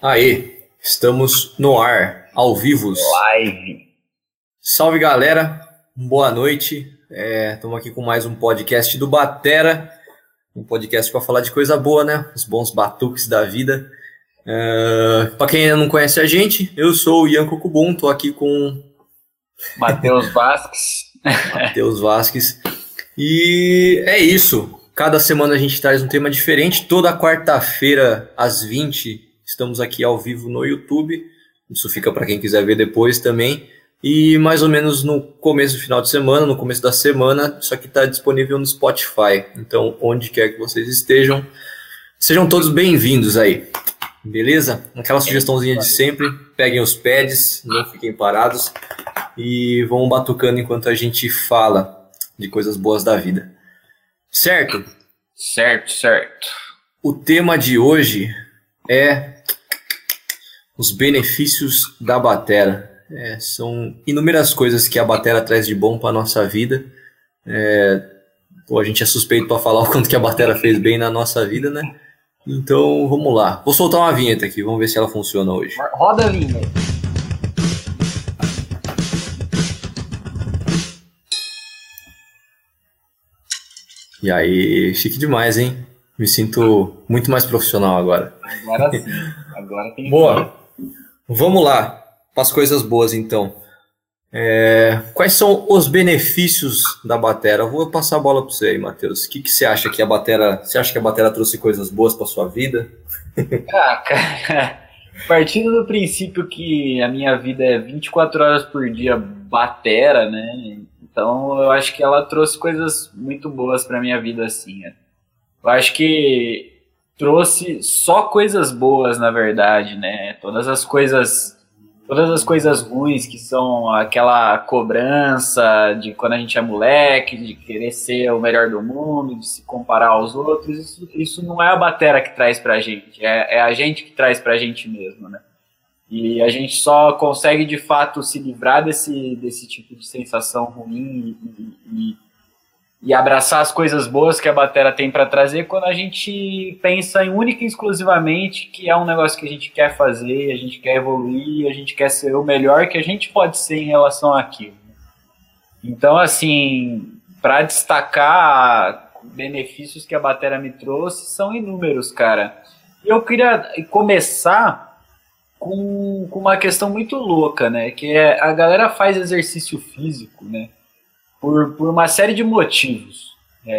Aê, estamos no ar, ao vivo. Live. Salve galera, boa noite. Estamos aqui com mais um podcast do Batera, um podcast para falar de coisa boa, né? Os bons batuques da vida. Para quem ainda não conhece a gente, eu sou o Ian Cocubum, estou aqui com Matheus Vasques. Matheus Vasques. E é isso. Cada semana a gente traz um tema diferente. Toda quarta-feira, às 20, estamos aqui ao vivo no YouTube. Isso fica para quem quiser ver depois também. E mais ou menos no começo do final de semana, no começo da semana, isso aqui está disponível no Spotify. Então, onde quer que vocês estejam, sejam todos bem-vindos aí. Beleza? Aquela sugestãozinha de sempre. Peguem os pads, não fiquem parados. E vão batucando enquanto a gente fala de coisas boas da vida. Certo? Certo. O tema de hoje é os benefícios da batera. São inúmeras coisas que a batera traz de bom para a nossa vida. A gente é suspeito para falar o quanto que a batera fez bem na nossa vida, né? Então, vamos lá. Vou soltar uma vinheta aqui, vamos ver se ela funciona hoje. Roda a vinheta. E aí, chique demais, hein? Me sinto muito mais profissional agora. Agora sim. Agora tem. Boa. Vamos lá. Para as coisas boas, então. Quais são os benefícios da batera? Eu vou passar a bola para você aí, Matheus. O que você acha que a batera... Você acha que a batera trouxe coisas boas para sua vida? Cara, partindo do princípio que a minha vida é 24 horas por dia batera, né? Então eu acho que ela trouxe coisas muito boas para minha vida, assim. Eu acho que trouxe só coisas boas, na verdade, né? Todas as coisas ruins, que são aquela cobrança de quando a gente é moleque, de querer ser o melhor do mundo, de se comparar aos outros, isso não é a batera que traz pra gente, é a gente que traz pra gente mesmo, né? E a gente só consegue, de fato, se livrar desse tipo de sensação ruim e abraçar as coisas boas que a batera tem para trazer quando a gente pensa em única e exclusivamente que é um negócio que a gente quer fazer, a gente quer evoluir, a gente quer ser o melhor que a gente pode ser em relação àquilo. Então, assim, para destacar benefícios que a batera me trouxe, são inúmeros, cara. Eu queria começar com uma questão muito louca, né? Que a galera faz exercício físico, né? Por uma série de motivos.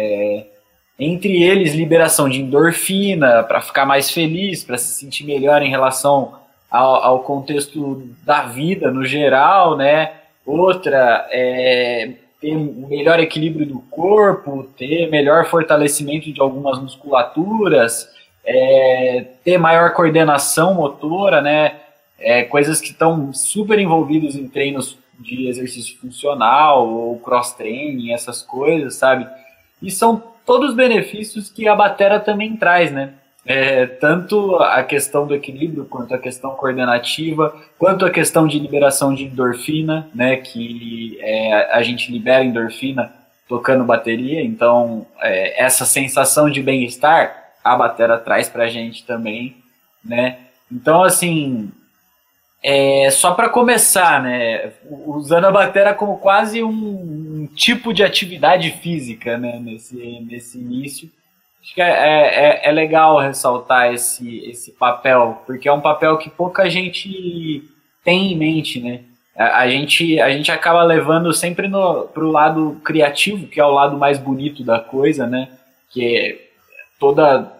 Entre eles, liberação de endorfina, para ficar mais feliz, para se sentir melhor em relação ao contexto da vida no geral, né? Outra, ter melhor equilíbrio do corpo, ter melhor fortalecimento de algumas musculaturas, ter maior coordenação motora, né? Coisas que estão super envolvidas em treinos de exercício funcional ou cross-training, essas coisas, sabe? E são todos benefícios que a batera também traz, né? Tanto a questão do equilíbrio, quanto a questão coordenativa, quanto a questão de liberação de endorfina, né? Que a gente libera endorfina tocando bateria, então essa sensação de bem-estar a batera traz pra gente também, né? Então, assim... só para começar, né, usando a batera como quase um tipo de atividade física, né, nesse início, acho que é legal ressaltar esse papel, porque é um papel que pouca gente tem em mente, né, a gente acaba levando sempre pro lado criativo, que é o lado mais bonito da coisa, né, que toda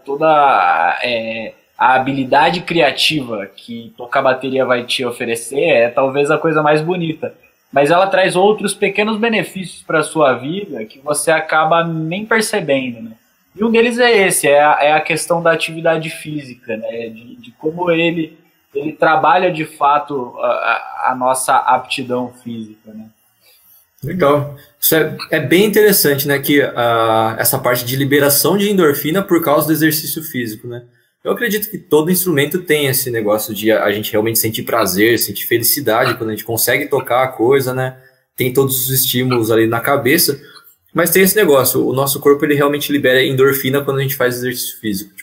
a habilidade criativa que tocar bateria vai te oferecer é talvez a coisa mais bonita. Mas ela traz outros pequenos benefícios para a sua vida que você acaba nem percebendo, né? E um deles é esse, é a questão da atividade física, né? De como ele trabalha de fato a nossa aptidão física, né? Legal. Isso é bem interessante, né? Que essa parte de liberação de endorfina por causa do exercício físico, né? Eu acredito que todo instrumento tem esse negócio de a gente realmente sentir prazer, sentir felicidade quando a gente consegue tocar a coisa, né? Tem todos os estímulos ali na cabeça, mas tem esse negócio, o nosso corpo ele realmente libera endorfina quando a gente faz exercício físico. Tipo,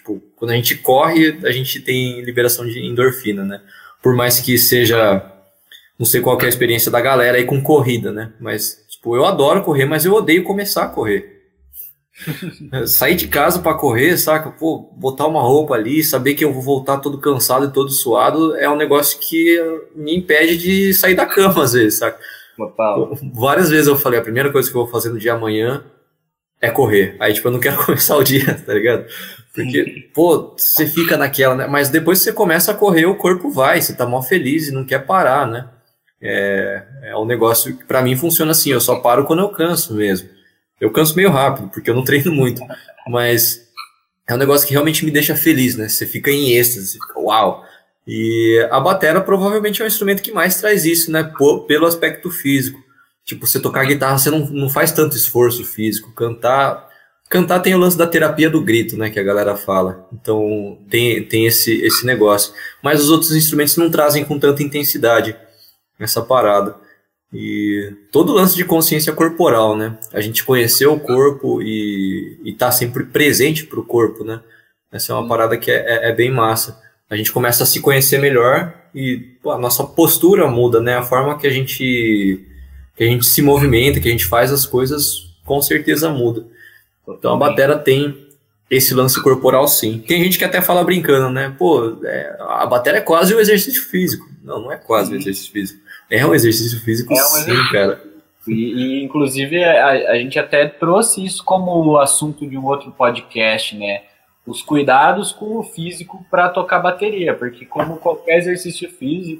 Tipo, quando a gente corre, a gente tem liberação de endorfina, né? Por mais que seja, não sei qual que é a experiência da galera aí com corrida, né? Mas, tipo, eu adoro correr, mas eu odeio começar a correr. Sair de casa para correr, saca? Pô, botar uma roupa ali, saber que eu vou voltar todo cansado e todo suado é um negócio que me impede de sair da cama às vezes, saca? Várias vezes eu falei, a primeira coisa que eu vou fazer no dia amanhã é correr. Aí, tipo, eu não quero começar o dia, tá ligado? Porque, pô, você fica naquela, né? Mas depois que você começa a correr, o corpo vai, você tá mó feliz e não quer parar, né? É um negócio que pra mim funciona assim, eu só paro quando eu canso mesmo. Eu canso meio rápido, porque eu não treino muito, mas é um negócio que realmente me deixa feliz, né? Você fica em êxtase, você fica uau! E a batera provavelmente é o instrumento que mais traz isso, né? Pelo aspecto físico. Tipo, você tocar guitarra, você não faz tanto esforço físico. Cantar tem o lance da terapia do grito, né? Que a galera fala. Então, tem esse negócio. Mas os outros instrumentos não trazem com tanta intensidade essa parada. E todo lance de consciência corporal, né? A gente conhecer o corpo e tá sempre presente pro corpo, né? Essa é uma parada que é bem massa. A gente começa a se conhecer melhor e pô, a nossa postura muda, né? A forma que a gente se movimenta, que a gente faz as coisas, com certeza muda. Então a batera tem esse lance corporal, sim. Tem gente que até fala brincando, né? Pô, a batera é quase um exercício físico. Não é quase um exercício físico. É um exercício físico, sim, cara. Inclusive, a gente até trouxe isso como assunto de um outro podcast, né? Os cuidados com o físico para tocar bateria, porque como qualquer exercício físico,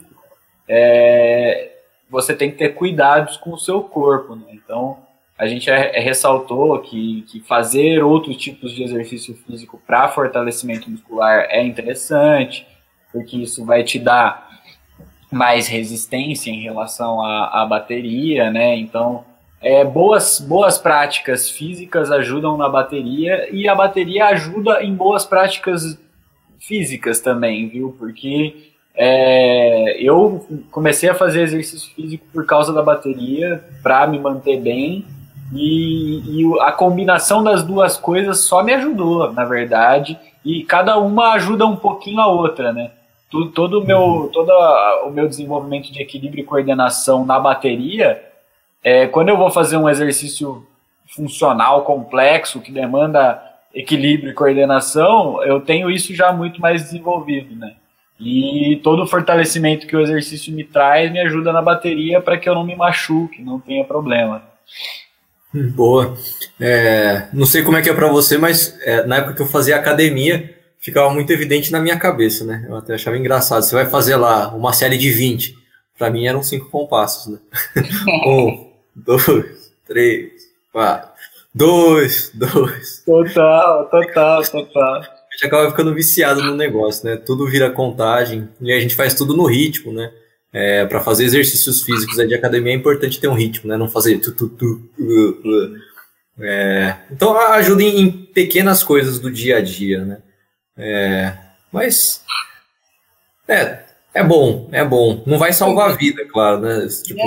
você tem que ter cuidados com o seu corpo, né? Então, a gente ressaltou que fazer outros tipos de exercício físico para fortalecimento muscular é interessante, porque isso vai te dar mais resistência em relação à bateria, né? Então, boas práticas físicas ajudam na bateria e a bateria ajuda em boas práticas físicas também, viu? Porque eu comecei a fazer exercício físico por causa da bateria, para me manter bem, e a combinação das duas coisas só me ajudou, na verdade, e cada uma ajuda um pouquinho a outra, né? Todo o meu desenvolvimento de equilíbrio e coordenação na bateria, quando eu vou fazer um exercício funcional complexo que demanda equilíbrio e coordenação, eu tenho isso já muito mais desenvolvido, né? E todo o fortalecimento que o exercício me traz me ajuda na bateria para que eu não me machuque, não tenha problema. Boa. Não sei como é que é para você, mas na época que eu fazia academia, ficava muito evidente na minha cabeça, né? Eu até achava engraçado. Você vai fazer lá uma série de 20. Para mim eram 5 compassos, né? 1, 2, 3, 4. 2. Total. A gente acaba ficando viciado no negócio, né? Tudo vira contagem. E a gente faz tudo no ritmo, né? Para fazer exercícios físicos de academia é importante ter um ritmo, né? Não fazer então ajuda em pequenas coisas do dia a dia, né? Mas é bom. Não vai salvar a vida, claro, né? Tipo,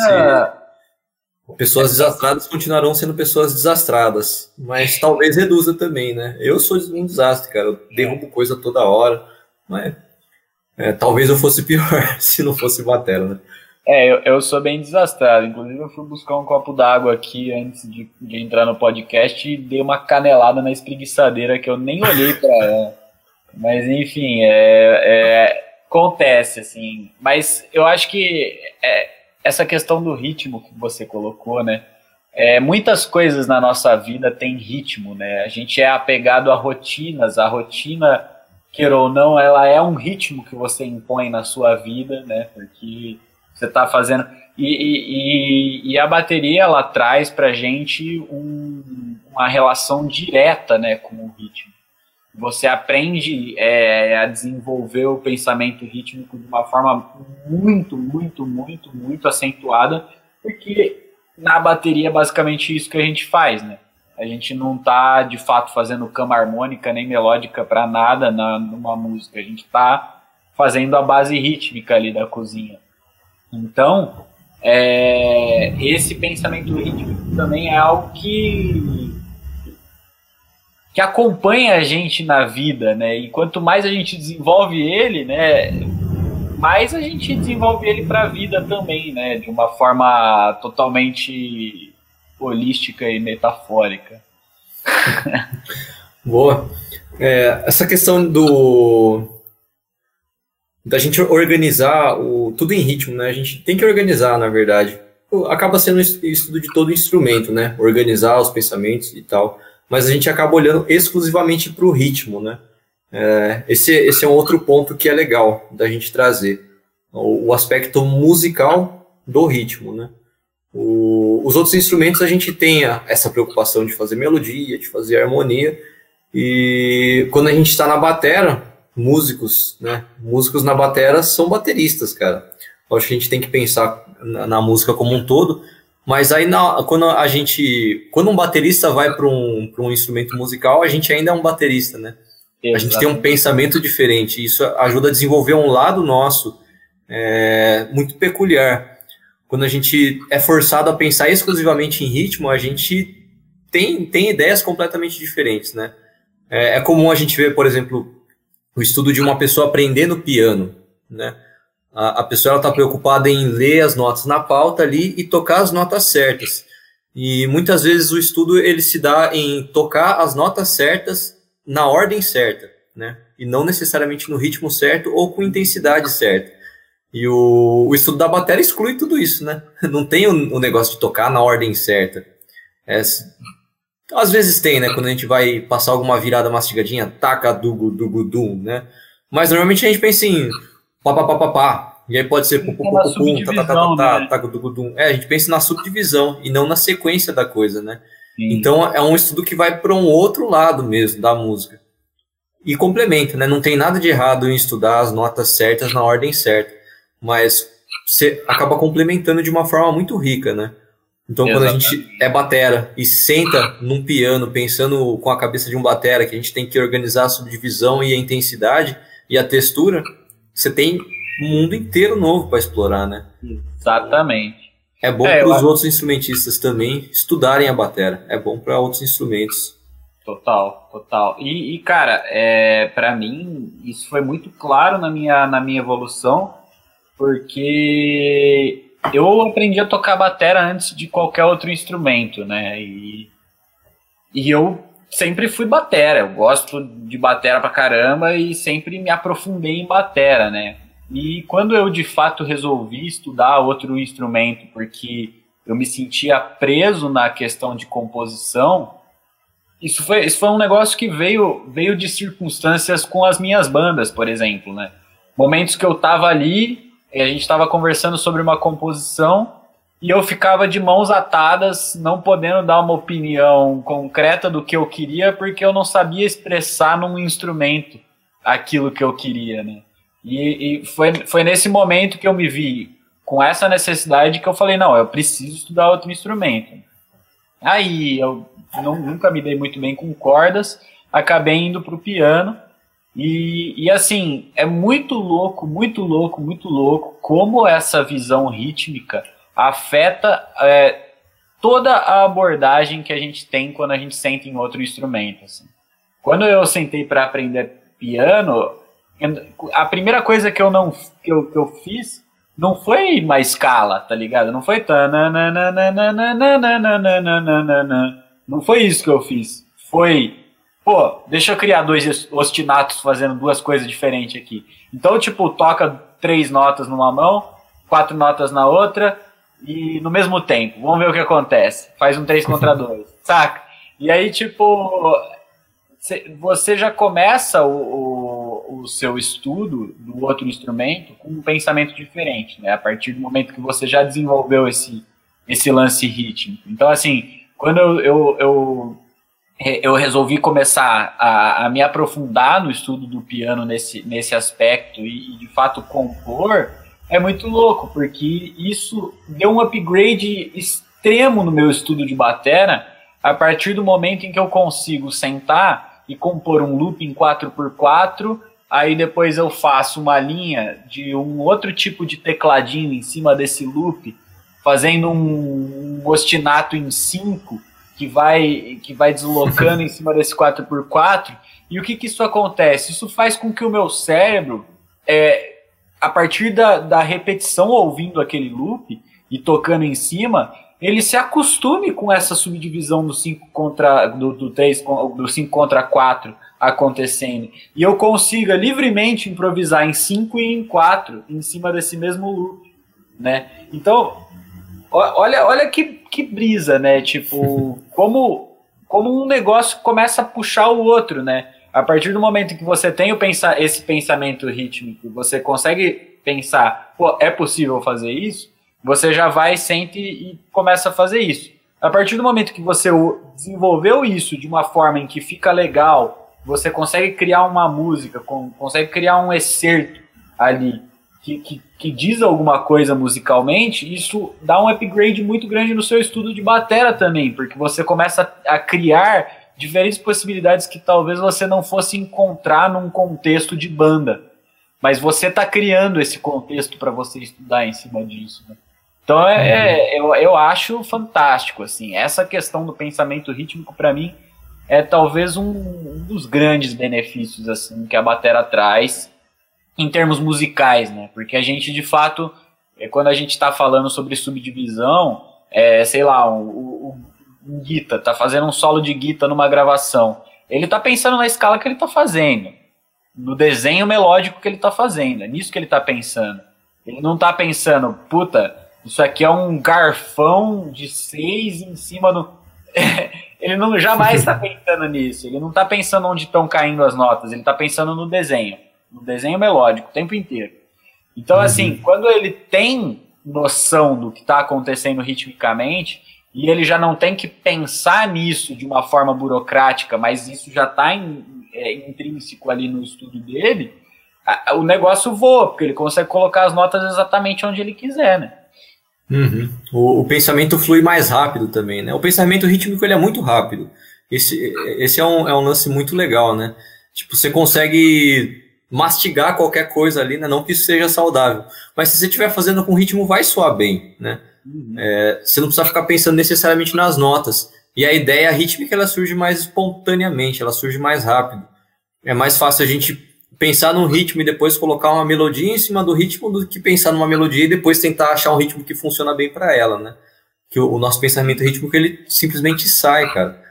pessoas desastradas continuarão sendo pessoas desastradas, mas talvez reduza também, né? Eu sou um desastre, cara. Eu derrubo coisa toda hora, mas talvez eu fosse pior se não fosse batera, né? Eu sou bem desastrado. Inclusive, eu fui buscar um copo d'água aqui antes de entrar no podcast e dei uma canelada na espreguiçadeira que eu nem olhei para ela. Mas, enfim, acontece, assim. Mas eu acho que essa questão do ritmo que você colocou, né? Muitas coisas na nossa vida têm ritmo, né? A gente é apegado a rotinas. A rotina, queira ou não, ela é um ritmo que você impõe na sua vida, né? Porque você está fazendo... E a bateria, ela traz pra gente uma relação direta, né, com o ritmo. Você aprende a desenvolver o pensamento rítmico de uma forma muito, muito, muito, muito acentuada, porque na bateria é basicamente isso que a gente faz, né? A gente não está, de fato, fazendo cama harmônica nem melódica para nada numa música. A gente está fazendo a base rítmica ali da cozinha. Então, esse pensamento rítmico também é algo que que acompanha a gente na vida, né? E quanto mais a gente desenvolve ele, né, mais a gente desenvolve ele para a vida também, né? De uma forma totalmente holística e metafórica. Boa. Essa questão da gente organizar tudo em ritmo, né? A gente tem que organizar, na verdade. Acaba sendo um estudo de todo instrumento, né? Organizar os pensamentos e tal. Mas a gente acaba olhando exclusivamente para o ritmo, né? Esse é um outro ponto que é legal da gente trazer. O aspecto musical do ritmo, né? Os outros instrumentos a gente tem essa preocupação de fazer melodia, de fazer harmonia. E quando a gente está na batera, músicos, né? Músicos na batera são bateristas, cara. Eu acho que a gente tem que pensar na música como um todo. Mas aí, quando um baterista vai para um instrumento musical, a gente ainda é um baterista, né? Exatamente. A gente tem um pensamento diferente. Isso ajuda a desenvolver um lado nosso muito peculiar. Quando a gente é forçado a pensar exclusivamente em ritmo, a gente tem ideias completamente diferentes, né? É comum a gente ver, por exemplo, o estudo de uma pessoa aprendendo piano, né? A pessoa está preocupada em ler as notas na pauta ali e tocar as notas certas. E muitas vezes o estudo ele se dá em tocar as notas certas na ordem certa, né? E não necessariamente no ritmo certo ou com intensidade certa. E o estudo da bateria exclui tudo isso, né? Não tem o negócio de tocar na ordem certa. Às vezes tem, né? Quando a gente vai passar alguma virada mastigadinha, taca, dugu, dugu, dum, né? Mas normalmente a gente pensa em pá, pá, pá, pá, pá. E aí pode ser pum, pum, pum, pum, tá, tá, tá, tá, taca, dugu, dum. A gente pensa na subdivisão e não na sequência da coisa, né? Sim. Então é um estudo que vai para um outro lado mesmo da música. E complementa, né? Não tem nada de errado em estudar as notas certas na ordem certa. Mas você acaba complementando de uma forma muito rica, né? Então, exatamente. Quando a gente é batera e senta num piano pensando com a cabeça de um batera, que a gente tem que organizar a subdivisão e a intensidade e a textura, você tem um mundo inteiro novo para explorar, né? Exatamente. É bom para os outros instrumentistas também estudarem a batera. É bom para outros instrumentos. Total. E cara, para mim, isso foi muito claro na minha evolução, porque eu aprendi a tocar batera antes de qualquer outro instrumento, né? E eu sempre fui batera. Eu gosto de batera pra caramba e sempre me aprofundei em batera, né? E quando eu de fato resolvi estudar outro instrumento, porque eu me sentia preso na questão de composição, isso foi um negócio que veio de circunstâncias com as minhas bandas, por exemplo, né? Momentos que eu tava ali, a gente estava conversando sobre uma composição e eu ficava de mãos atadas, não podendo dar uma opinião concreta do que eu queria, porque eu não sabia expressar num instrumento aquilo que eu queria, né? E foi nesse momento que eu me vi com essa necessidade que eu falei, não, eu preciso estudar outro instrumento. Aí eu nunca me dei muito bem com cordas, acabei indo para o piano. E assim, é muito louco como essa visão rítmica afeta toda a abordagem que a gente tem quando a gente senta em outro instrumento. Assim. Quando eu sentei para aprender piano, a primeira coisa que eu fiz não foi uma escala, tá ligado? Não foi não foi isso que eu fiz. Foi deixa eu criar dois ostinatos fazendo duas coisas diferentes aqui. Então, tipo, toca 3 notas numa mão, 4 notas na outra, e no mesmo tempo. Vamos ver o que acontece. Faz um 3 contra 2, saca? E aí, tipo, você já começa o seu estudo do outro instrumento com um pensamento diferente, né? A partir do momento que você já desenvolveu esse lance rítmico. Então, assim, quando eu resolvi começar a me aprofundar no estudo do piano nesse aspecto e de fato compor, é muito louco, porque isso deu um upgrade extremo no meu estudo de batera a partir do momento em que eu consigo sentar e compor um loop em 4x4, aí depois eu faço uma linha de um outro tipo de tecladinho em cima desse loop, fazendo um ostinato em 5, que vai deslocando em cima desse 4x4. E o que isso acontece? Isso faz com que o meu cérebro, a partir da repetição ouvindo aquele loop e tocando em cima, ele se acostume com essa subdivisão do 5 contra 4 acontecendo. E eu consiga livremente improvisar em 5 e em 4 em cima desse mesmo loop, né? Então, olha que brisa, né? Tipo, como um negócio começa a puxar o outro, né? A partir do momento que você tem esse pensamento rítmico, você consegue pensar, pô, é possível fazer isso? Você já vai, sente e começa a fazer isso. A partir do momento que você desenvolveu isso de uma forma em que fica legal, você consegue criar uma música, consegue criar um excerto ali que diz alguma coisa musicalmente, isso dá um upgrade muito grande no seu estudo de batera também, porque você começa a criar diferentes possibilidades que talvez você não fosse encontrar num contexto de banda, mas você está criando esse contexto para você estudar em cima disso, né? Então eu acho fantástico, assim, essa questão do pensamento rítmico para mim é talvez um dos grandes benefícios assim que a batera traz em termos musicais, né? Porque a gente de fato, quando a gente está falando sobre subdivisão, sei lá, um guitar tá fazendo um solo de guitar numa gravação, ele tá pensando na escala que ele tá fazendo, no desenho melódico que ele tá fazendo, é nisso que ele tá pensando. Ele não tá pensando, puta, isso aqui é um garfão de 6 em cima do... Ele não jamais está pensando nisso, ele não tá pensando onde estão caindo as notas, ele tá pensando no desenho melódico o tempo inteiro. Então, assim, quando ele tem noção do que está acontecendo ritmicamente, e ele já não tem que pensar nisso de uma forma burocrática, mas isso já está intrínseco ali no estudo dele, o negócio voa, porque ele consegue colocar as notas exatamente onde ele quiser, né? Uhum. O pensamento flui mais rápido também, né? O pensamento rítmico ele é muito rápido. Esse é um lance muito legal, né? Tipo, você consegue mastigar qualquer coisa ali, né? Não que isso seja saudável, mas se você estiver fazendo com ritmo, vai soar bem, né? Você não precisa ficar pensando necessariamente nas notas. E a ideia rítmica ela surge mais espontaneamente, ela surge mais rápido. É mais fácil a gente pensar num ritmo e depois colocar uma melodia em cima do ritmo do que pensar numa melodia e depois tentar achar um ritmo que funciona bem para ela, né? Que o nosso pensamento rítmico ele simplesmente sai, cara.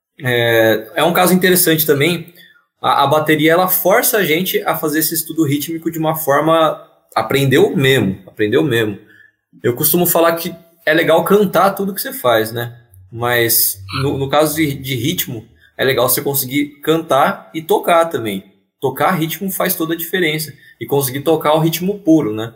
É um caso interessante também. A bateria ela força a gente a fazer esse estudo rítmico de uma forma aprendeu mesmo. Eu costumo falar que é legal cantar tudo que você faz, né? Mas no caso de ritmo, é legal você conseguir cantar e tocar também. Tocar ritmo faz toda a diferença. E conseguir tocar o ritmo puro, né?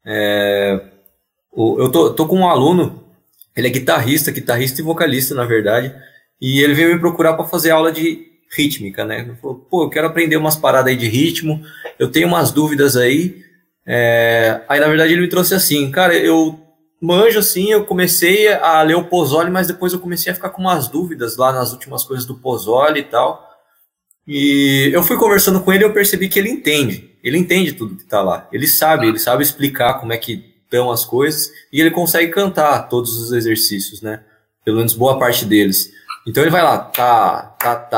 Eu tô com um aluno, ele é guitarrista e vocalista, na verdade, e ele veio me procurar para fazer aula de rítmica, né? Ele falou, pô, eu quero aprender umas paradas aí de ritmo, eu tenho umas dúvidas aí. Aí, na verdade, ele me trouxe assim, cara, eu manjo assim, eu comecei a ler o Pozzoli, mas depois eu comecei a ficar com umas dúvidas lá nas últimas coisas do Pozzoli e tal. E eu fui conversando com ele e eu percebi que ele entende tudo que tá lá. Ele sabe explicar como é que estão as coisas e ele consegue cantar todos os exercícios, né? Pelo menos boa parte deles. Então ele vai lá, tá.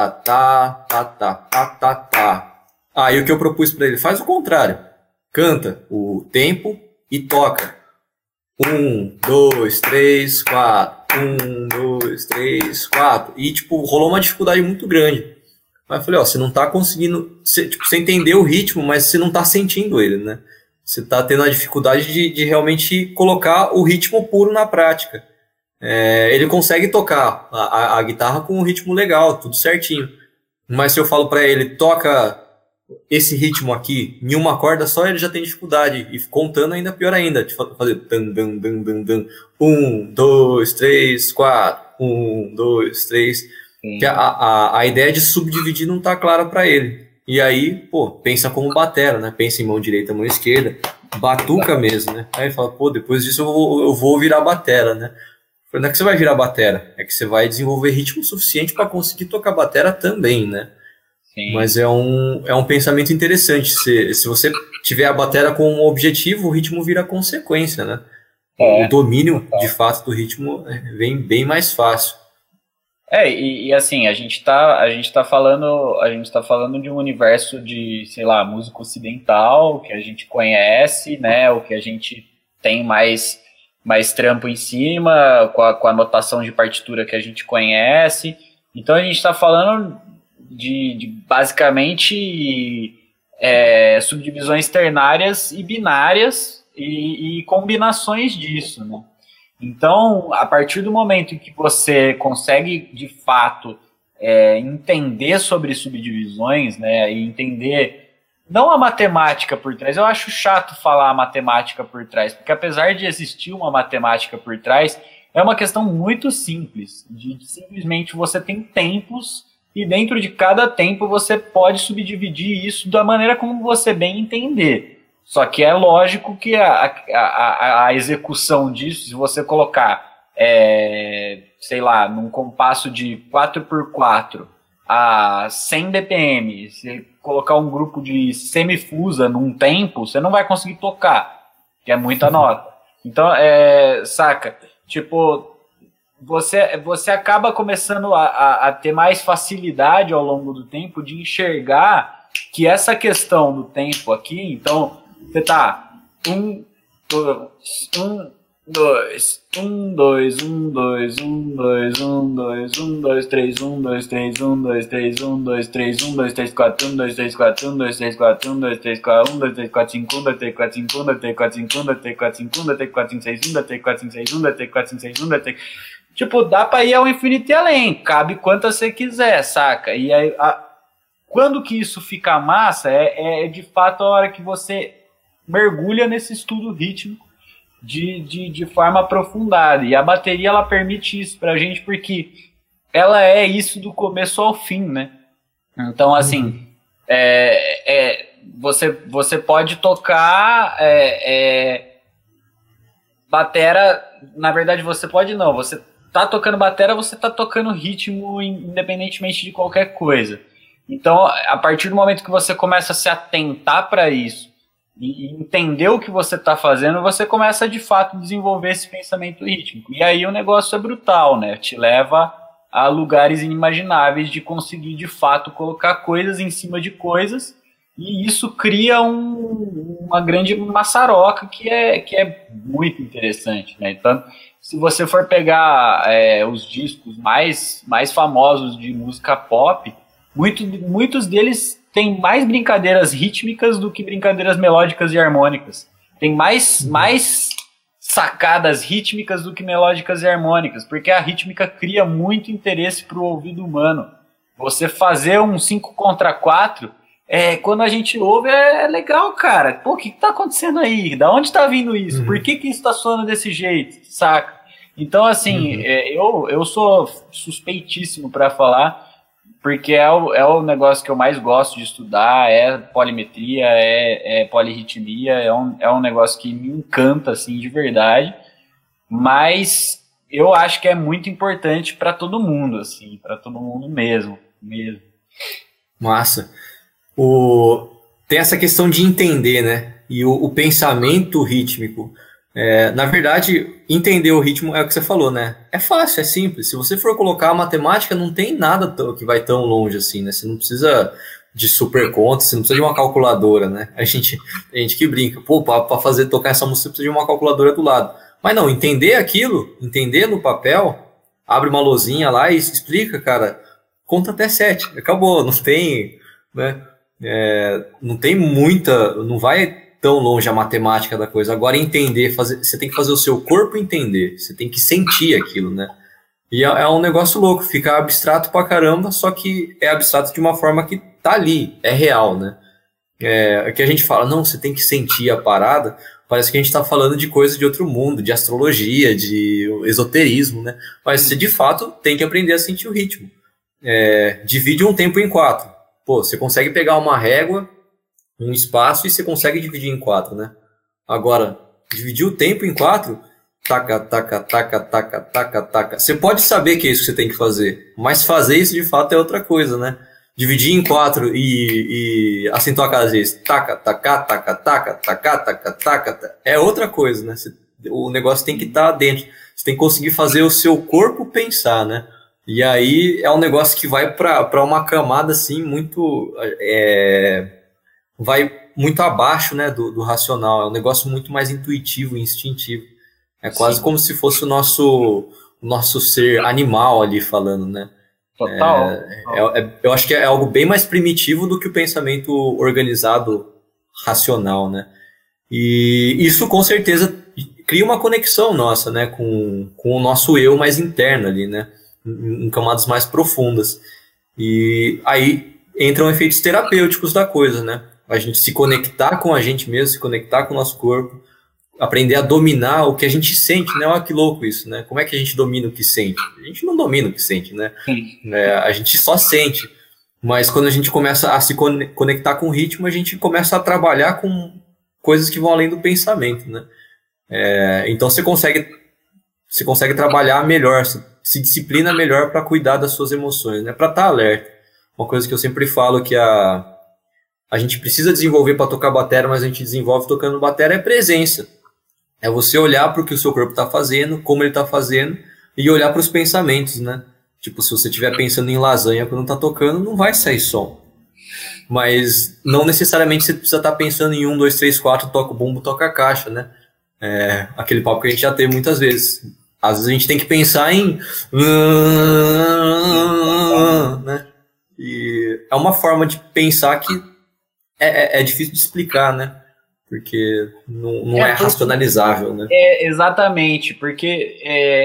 Aí o que eu propus para ele, faz o contrário. Canta o tempo e toca. 1, 2, 3, 4. 1, 2, 3, 4. E, tipo, rolou uma dificuldade muito grande. Mas eu falei, você não tá conseguindo... Você entendeu o ritmo, mas você não tá sentindo ele, né? Você tá tendo a dificuldade de realmente colocar o ritmo puro na prática. Ele consegue tocar a guitarra com um ritmo legal, tudo certinho. Mas se eu falo para ele, toca esse ritmo aqui em uma corda só, ele já tem dificuldade. E contando ainda pior ainda. De fazer... Dan, dan, dan, dan, dan. 1, 2, 3, 4. 1, 2, 3... Que a ideia de subdividir não tá clara para ele. E aí, pô, pensa como batera, né? Pensa em mão direita, mão esquerda, batuca mesmo, né? Aí fala, pô, depois disso eu vou virar batera, né? Não é que você vai virar batera, é que você vai desenvolver ritmo suficiente para conseguir tocar batera também, né? Sim. Mas é um pensamento interessante. Se você tiver a batera com um objetivo, o ritmo vira consequência, né? O domínio, de fato, do ritmo vem bem mais fácil. E assim, a gente tá falando de um universo de, sei lá, música ocidental, que a gente conhece, né, o que a gente tem mais trampo em cima, com a notação de partitura que a gente conhece. Então a gente está falando de basicamente subdivisões ternárias e binárias e combinações disso, né? Então, a partir do momento em que você consegue, de fato, entender sobre subdivisões, né, e entender, não a matemática por trás, eu acho chato falar a matemática por trás, porque apesar de existir uma matemática por trás, é uma questão muito simples, de simplesmente você tem tempos, e dentro de cada tempo você pode subdividir isso da maneira como você bem entender. Só que é lógico que a execução disso, se você colocar, sei lá, num compasso de 4x4 a 100 BPM, se colocar um grupo de semifusa num tempo, você não vai conseguir tocar, que é muita nota. Então, saca? Tipo, você acaba começando a ter mais facilidade ao longo do tempo de enxergar que essa questão do tempo aqui, então, você tá 1, 2, 1, 2, 1, 2, 1, 2, 1, 2, 1, 2, 3, 1, 2, 3, 1, 2, 3, 1, 2, 3, 1, 2, 3, 4, 1, 2, 3, 4, 1, 2, 3, 4, 1, 2, 3, 4, 1, 2, 3, 4, 5, 1, 2, 3, 4, 5, 1, 2, 3, 4, 5, 1, 2, 3, 4, 5, 1, 2, 3, 4, 5, 6, 1, 2, 3, 4, 5, 6, 1, 2, 3, 4, 5, 6, 1, 2, 3... Tipo, dá pra ir ao infinito e além, cabe quantas você quiser, saca? E aí, quando que isso fica massa, de fato a hora que você mergulha nesse estudo rítmico de forma aprofundada. E a bateria, ela permite isso pra gente, porque ela é isso do começo ao fim, né? Então, assim, você pode tocar batera, na verdade você pode não, você tá tocando batera, você tá tocando ritmo independentemente de qualquer coisa. Então, a partir do momento que você começa a se atentar para isso e entender o que você está fazendo, você começa de fato a desenvolver esse pensamento rítmico. E aí o negócio é brutal, né? Te leva a lugares inimagináveis de conseguir de fato colocar coisas em cima de coisas, e isso cria uma grande maçaroca que é muito interessante, né? Então, se você for pegar os discos mais famosos de música pop, muitos deles têm mais brincadeiras rítmicas do que brincadeiras melódicas e harmônicas. Tem mais sacadas rítmicas do que melódicas e harmônicas, porque a rítmica cria muito interesse para o ouvido humano. Você fazer um 5 contra 4, quando a gente ouve, é legal, cara. Pô, o que tá acontecendo aí? Da onde tá vindo isso? Por que isso tá soando desse jeito? Saca? Então, assim, eu sou suspeitíssimo para falar, porque é o negócio que eu mais gosto de estudar, polimetria, polirritmia, é um negócio que me encanta, assim, de verdade, mas eu acho que é muito importante para todo mundo, assim, para todo mundo mesmo. Massa. Tem essa questão de entender, né? E o pensamento rítmico. Na verdade, entender o ritmo é o que você falou, né? É fácil, é simples. Se você for colocar a matemática, não tem nada que vai tão longe assim, né? Você não precisa de super conta, você não precisa de uma calculadora, né? A gente que brinca, pô, para tocar essa música, você precisa de uma calculadora do lado. Mas não, entender aquilo, entender no papel, abre uma lousinha lá e explica, cara, conta até 7, acabou, não tem, né? Não tem muita, não vai tão longe a matemática da coisa. Agora, entender, você tem que fazer o seu corpo entender, você tem que sentir aquilo, né? E é um negócio louco, fica abstrato pra caramba, só que é abstrato de uma forma que tá ali, é real, né? Que a gente fala, não, você tem que sentir a parada, parece que a gente tá falando de coisa de outro mundo, de astrologia, de esoterismo, né? Mas você, de fato, tem que aprender a sentir o ritmo. Divide um tempo em 4. Pô, você consegue pegar uma régua, um espaço, e você consegue dividir em 4, né? Agora, dividir o tempo em 4, taca, taca, taca, taca, taca, taca. Você pode saber que é isso que você tem que fazer, mas fazer isso de fato é outra coisa, né? Dividir em 4 e acentuar cada vez, taca, taca, taca, taca, taca, taca, taca, é outra coisa, né? O negócio tem que estar dentro. Você tem que conseguir fazer o seu corpo pensar, né? E aí é um negócio que vai para uma camada assim muito vai muito abaixo, né, do racional. É um negócio muito mais intuitivo, instintivo. É quase Sim, como se fosse o nosso ser animal ali falando, né? total. Eu acho que é algo bem mais primitivo do que o pensamento organizado racional, né? E isso com certeza cria uma conexão nossa, né, com o nosso eu mais interno ali, né, em camadas mais profundas. E aí entram efeitos terapêuticos da coisa, né? A gente se conectar com a gente mesmo, se conectar com o nosso corpo, aprender a dominar o que a gente sente, né? Olha que louco isso, né? Como é que a gente domina o que sente? A gente não domina o que sente, né? A gente só sente. Mas quando a gente começa a se conectar com o ritmo, a gente começa a trabalhar com coisas que vão além do pensamento, né? Então você consegue trabalhar melhor, se disciplina melhor para cuidar das suas emoções, né? Para estar alerta. Uma coisa que eu sempre falo que a gente precisa desenvolver para tocar bateria, mas a gente desenvolve tocando bateria é presença. É você olhar para o que o seu corpo está fazendo, como ele está fazendo, e olhar para os pensamentos, né? Tipo, se você estiver pensando em lasanha quando está tocando, não vai sair som. Mas não necessariamente você precisa estar pensando em 1, 2, 3, 4, toca o bumbo, toca a caixa, né? Aquele papo que a gente já teve muitas vezes. Às vezes a gente tem que pensar em... né? E é uma forma de pensar que é difícil de explicar, né? Porque não é racionalizável, né? Exatamente, porque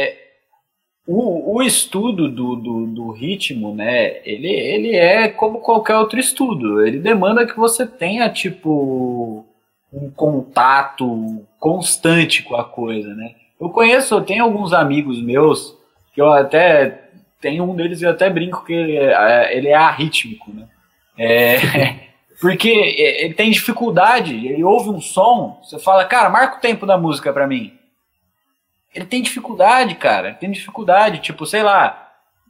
o estudo do ritmo, né, ele é como qualquer outro estudo, ele demanda que você tenha, tipo, um contato constante com a coisa, né? Eu tenho alguns amigos meus, que eu até, tenho um deles que eu até brinco que ele é arrítmico, né? Porque ele tem dificuldade, ele ouve um som, você fala, cara, marca o tempo da música pra mim. Ele tem dificuldade, cara, tipo, sei lá,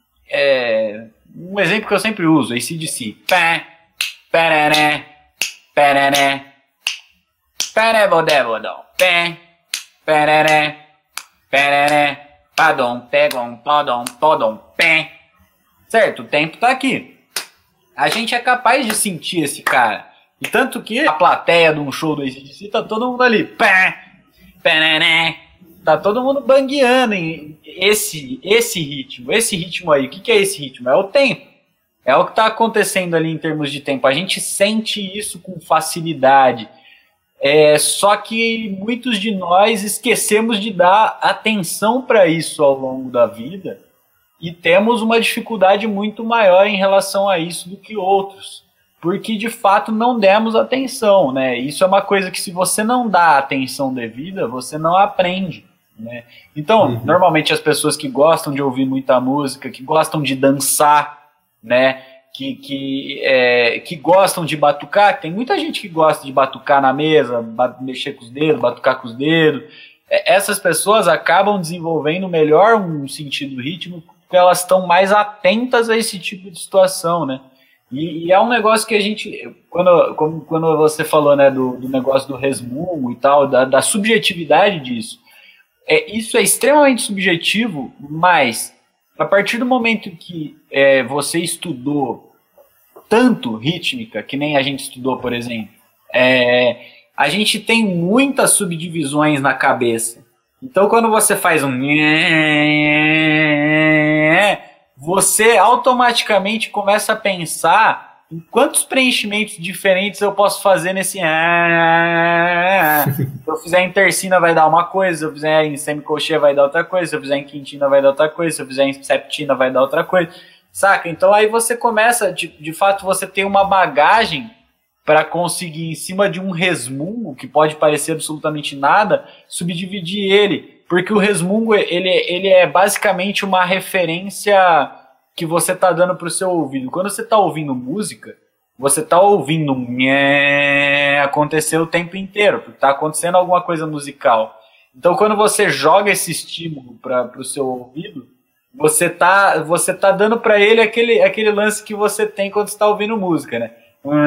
um exemplo que eu sempre uso, AC/DC. Pé, pereré, pereré, perebodebodom, pé, pereré, pereré, padom, pegom, podom, podom, pé. Certo, o tempo tá aqui. A gente é capaz de sentir esse cara. E tanto que a plateia de um show do AC/DC tá todo mundo ali. Pé, pereré. Tá todo mundo bangueando em esse ritmo. Esse ritmo aí, o que é esse ritmo? É o tempo. É o que está acontecendo ali em termos de tempo. A gente sente isso com facilidade. Só que muitos de nós esquecemos de dar atenção para isso ao longo da vida e temos uma dificuldade muito maior em relação a isso do que outros. Porque, de fato, não demos atenção, né? Isso é uma coisa que, se você não dá a atenção devida, você não aprende. Né? Então, normalmente as pessoas que gostam de ouvir muita música, que gostam de dançar, né, que gostam de batucar, tem muita gente que gosta de batucar na mesa, mexer com os dedos, batucar com os dedos, essas pessoas acabam desenvolvendo melhor um sentido rítmico, porque elas estão mais atentas a esse tipo de situação, né? E é um negócio que a gente, quando você falou, né, do negócio do resmungo e tal, da subjetividade disso, isso é extremamente subjetivo, mas a partir do momento que você estudou tanto rítmica, que nem a gente estudou, por exemplo, a gente tem muitas subdivisões na cabeça. Então, quando você faz um... você automaticamente começa a pensar em quantos preenchimentos diferentes eu posso fazer nesse... Se eu fizer em tercina vai dar uma coisa, se eu fizer em semicolcheia vai dar outra coisa, se eu fizer em quintina vai dar outra coisa, se eu fizer em septina vai dar outra coisa, saca? Então aí você começa, de fato, você tem uma bagagem para conseguir, em cima de um resmungo, que pode parecer absolutamente nada, subdividir ele. Porque o resmungo, ele é basicamente uma referência que você está dando para o seu ouvido. Quando você está ouvindo música, você está ouvindo acontecer o tempo inteiro, porque está acontecendo alguma coisa musical. Então, quando você joga esse estímulo para o seu ouvido, você tá dando para ele aquele lance que você tem quando está ouvindo música, né?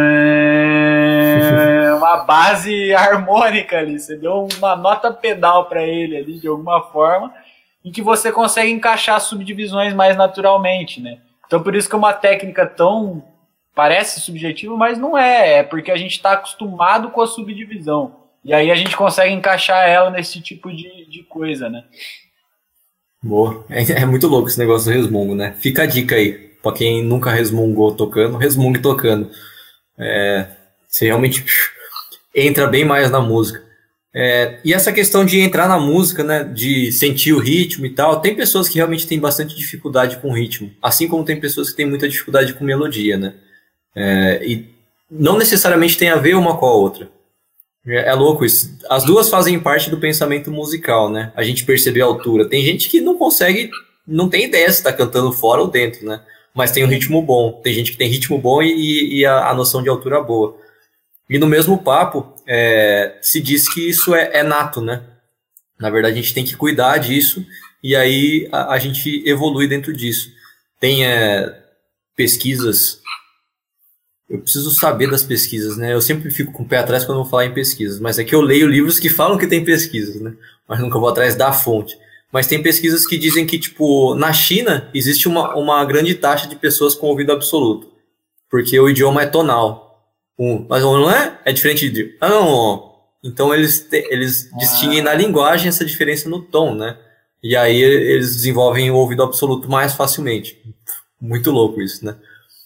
Uma base harmônica ali, você deu uma nota pedal para ele ali de alguma forma, em que você consegue encaixar subdivisões mais naturalmente, né? Então por isso que é uma técnica tão parece subjetiva, mas não é porque a gente está acostumado com a subdivisão, e aí a gente consegue encaixar ela nesse tipo de coisa, né? Boa. É muito louco esse negócio do resmungo, né? Fica a dica aí, pra quem nunca resmungou tocando, resmungue tocando. Você realmente entra bem mais na música. E essa questão de entrar na música, né, de sentir o ritmo e tal, tem pessoas que realmente têm bastante dificuldade com ritmo, assim como tem pessoas que têm muita dificuldade com melodia, né? E não necessariamente tem a ver uma com a outra. É louco isso. As duas fazem parte do pensamento musical, né? A gente perceber a altura. Tem gente que não consegue, não tem ideia se tá cantando fora ou dentro, né? Mas tem um ritmo bom. Tem gente que tem ritmo bom e a noção de altura boa. E no mesmo papo, se diz que isso é nato, né? Na verdade, a gente tem que cuidar disso e aí a gente evolui dentro disso. Tem pesquisas. Eu preciso saber das pesquisas, né? Eu sempre fico com o pé atrás quando eu vou falar em pesquisas, mas é que eu leio livros que falam que tem pesquisas, né? Mas nunca vou atrás da fonte. Mas tem pesquisas que dizem que, tipo, na China existe uma grande taxa de pessoas com ouvido absoluto, porque o idioma é tonal. Mas não é? É diferente de... não. Então eles distinguem na linguagem essa diferença no tom, né? E aí eles desenvolvem o ouvido absoluto mais facilmente. Muito louco isso, né?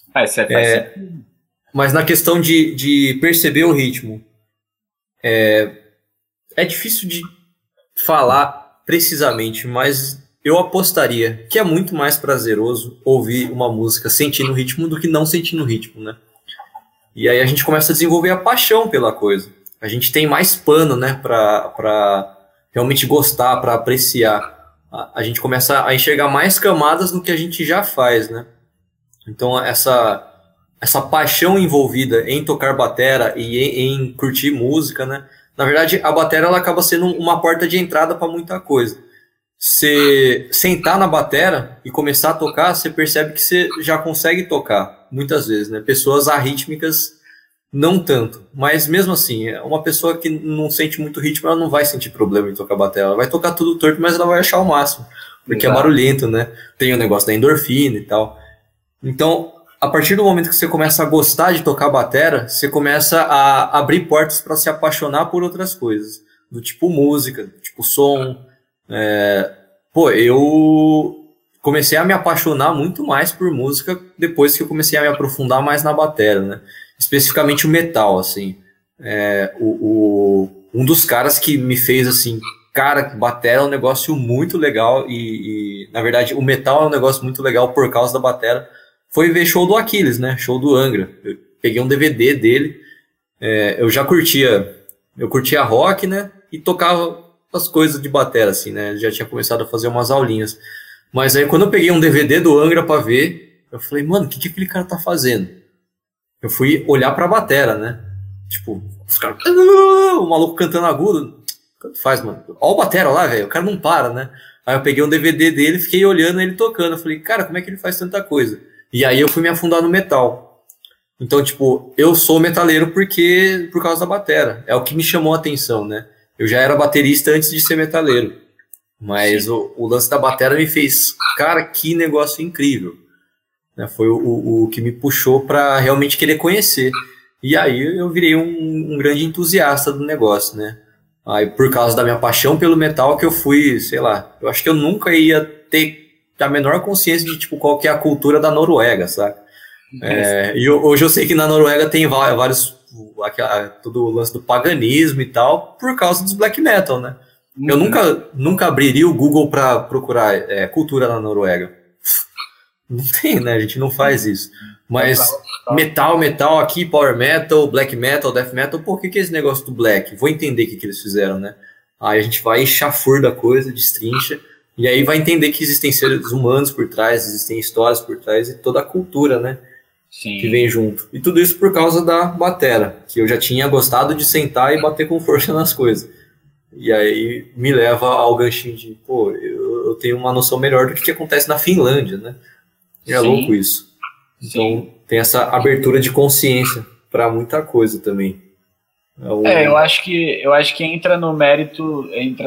Mas na questão de perceber o ritmo, é difícil de falar precisamente, mas eu apostaria que é muito mais prazeroso ouvir uma música sentindo o ritmo do que não sentindo o ritmo, né? E aí a gente começa a desenvolver a paixão pela coisa. A gente tem mais pano, né, para realmente gostar, para apreciar. A gente começa a enxergar mais camadas no que a gente já faz, né? Então essa paixão envolvida em tocar batera e em curtir música, né? Na verdade, a batera ela acaba sendo uma porta de entrada para muita coisa. Você sentar na batera e começar a tocar, você percebe que você já consegue tocar, muitas vezes, né? Pessoas arrítmicas, não tanto. Mas mesmo assim, uma pessoa que não sente muito ritmo, ela não vai sentir problema em tocar batera. Ela vai tocar tudo torto, mas ela vai achar o máximo. Porque é barulhento, né? Tem o negócio da endorfina e tal. Então, a partir do momento que você começa a gostar de tocar batera, você começa a abrir portas para se apaixonar por outras coisas. Do tipo música, do tipo som. Eu comecei a me apaixonar muito mais por música depois que eu comecei a me aprofundar mais na batera, né? Especificamente o metal, assim. Um dos caras que me fez, assim, cara, batera é um negócio muito legal e, na verdade, o metal é um negócio muito legal por causa da batera. Foi ver show do Aquiles, né? Show do Angra. Eu peguei um DVD dele. Eu curtia rock, né? E tocava as coisas de batera, assim, né? Já tinha começado a fazer umas aulinhas. Mas aí, quando eu peguei um DVD do Angra pra ver, eu falei, mano, o que aquele cara tá fazendo? Eu fui olhar pra batera, né? Tipo, os caras... O maluco cantando agudo. Tanto faz, mano. Olha o batera lá, velho. O cara não para, né? Aí eu peguei um DVD dele, fiquei olhando ele tocando. Eu falei, cara, como é que ele faz tanta coisa? E aí eu fui me afundar no metal. Então, tipo, eu sou metaleiro por causa da batera. É o que me chamou a atenção, né? Eu já era baterista antes de ser metaleiro. Mas o lance da batera me fez, cara, que negócio incrível. Foi o que me puxou para realmente querer conhecer. E aí eu virei um grande entusiasta do negócio, né? Aí por causa da minha paixão pelo metal que eu fui, sei lá, eu acho que eu nunca ia ter a menor consciência de tipo, qual que é a cultura da Noruega, sabe? E hoje eu sei que na Noruega tem vários, todo o lance do paganismo e tal, por causa dos black metal, né? Eu nunca abriria o Google para procurar cultura na Noruega. Não tem, né? A gente não faz isso. Mas metal aqui, power metal, black metal, death metal, por que é esse negócio do black? Vou entender o que eles fizeram, né? Aí a gente vai chafurda a coisa, destrincha, e aí vai entender que existem seres humanos por trás, existem histórias por trás e toda a cultura, né? Sim. Que vem junto. E tudo isso por causa da batera, que eu já tinha gostado de sentar e bater com força nas coisas. E aí me leva ao ganchinho de, eu tenho uma noção melhor do que acontece na Finlândia, né? É louco isso. Então tem essa abertura de consciência para muita coisa também. Eu acho que entra no mérito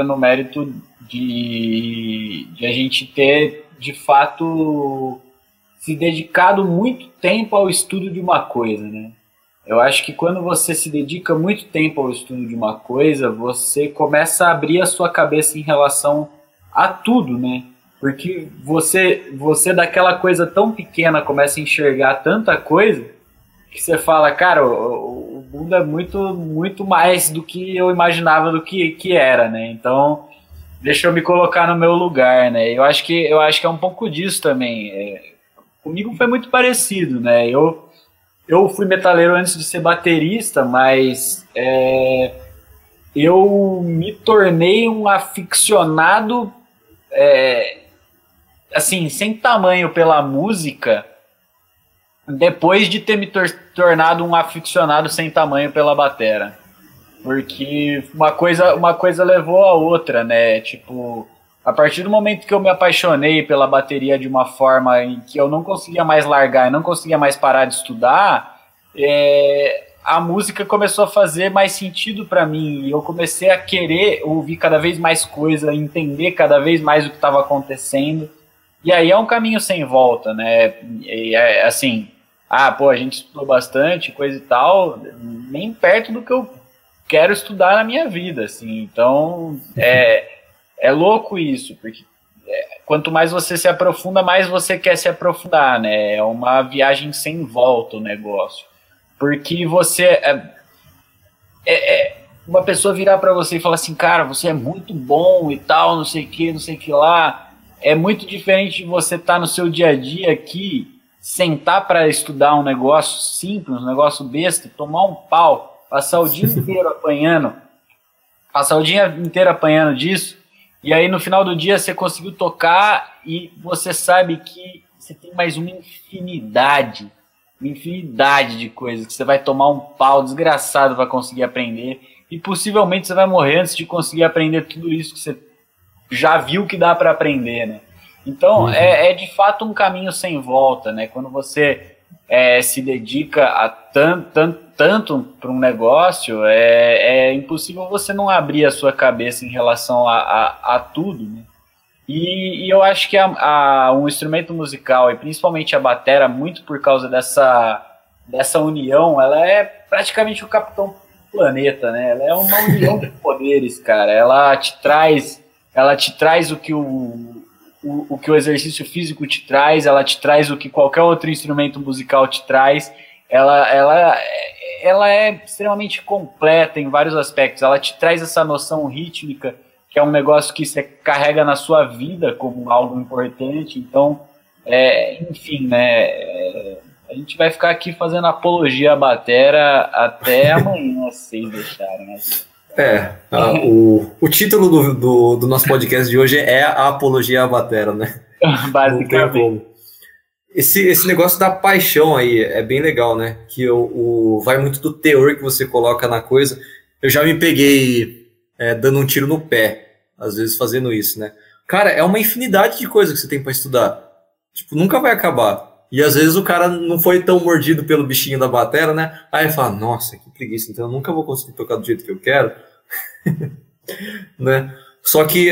de a gente ter, de fato, se dedicado muito tempo ao estudo de uma coisa, né? Eu acho que quando você se dedica muito tempo ao estudo de uma coisa, você começa a abrir a sua cabeça em relação a tudo, né? Porque você daquela coisa tão pequena começa a enxergar tanta coisa que você fala, cara, o mundo é muito mais do que eu imaginava do que era, né? Então, deixa eu me colocar no meu lugar, né? Eu acho que é um pouco disso também. Comigo foi muito parecido, né? Eu fui metaleiro antes de ser baterista, mas eu me tornei um aficionado, assim, sem tamanho pela música, depois de ter me tornado um aficionado sem tamanho pela batera. Porque uma coisa levou a outra, né? Tipo, a partir do momento que eu me apaixonei pela bateria de uma forma em que eu não conseguia mais largar, não conseguia mais parar de estudar, a música começou a fazer mais sentido para mim. E eu comecei a querer ouvir cada vez mais coisa, entender cada vez mais o que estava acontecendo. E aí é um caminho sem volta, né? E assim, a gente estudou bastante, coisa e tal, nem perto do que eu quero estudar na minha vida, assim. Então, é louco isso, porque quanto mais você se aprofunda, mais você quer se aprofundar, né? É uma viagem sem volta o negócio. Porque você... uma pessoa virar para você e falar assim, cara, você é muito bom e tal, não sei o que lá. É muito diferente de você estar no seu dia a dia aqui, sentar para estudar um negócio simples, um negócio besta, tomar um pau, passar o dia inteiro apanhando disso, e aí no final do dia você conseguiu tocar e você sabe que você tem mais uma infinidade de coisas que você vai tomar um pau desgraçado para conseguir aprender, e possivelmente você vai morrer antes de conseguir aprender tudo isso que você já viu que dá para aprender, né? Então, é de fato um caminho sem volta, né? Quando você se dedica a tanto para um negócio, é impossível você não abrir a sua cabeça em relação a tudo, né? E eu acho que um instrumento musical, e principalmente a batera, muito por causa dessa união, ela é praticamente o capitão do planeta, né? Ela é uma união de poderes, cara. Ela te traz o que o exercício físico te traz, ela te traz o que qualquer outro instrumento musical te traz. Ela é extremamente completa em vários aspectos. Ela te traz essa noção rítmica, que é um negócio que você carrega na sua vida como algo importante. Então, enfim, né? A gente vai ficar aqui fazendo apologia à batera até amanhã, se vocês deixarem, né? O título do nosso podcast de hoje é a apologia à batera, né? Basicamente. Esse negócio da paixão aí é bem legal, né? Que vai muito do teor que você coloca na coisa. Eu já me peguei dando um tiro no pé, às vezes fazendo isso, né? Cara, é uma infinidade de coisas que você tem para estudar. Tipo, nunca vai acabar. E às vezes o cara não foi tão mordido pelo bichinho da batera, né? Aí fala, nossa, que preguiça, então eu nunca vou conseguir tocar do jeito que eu quero. Né? Só que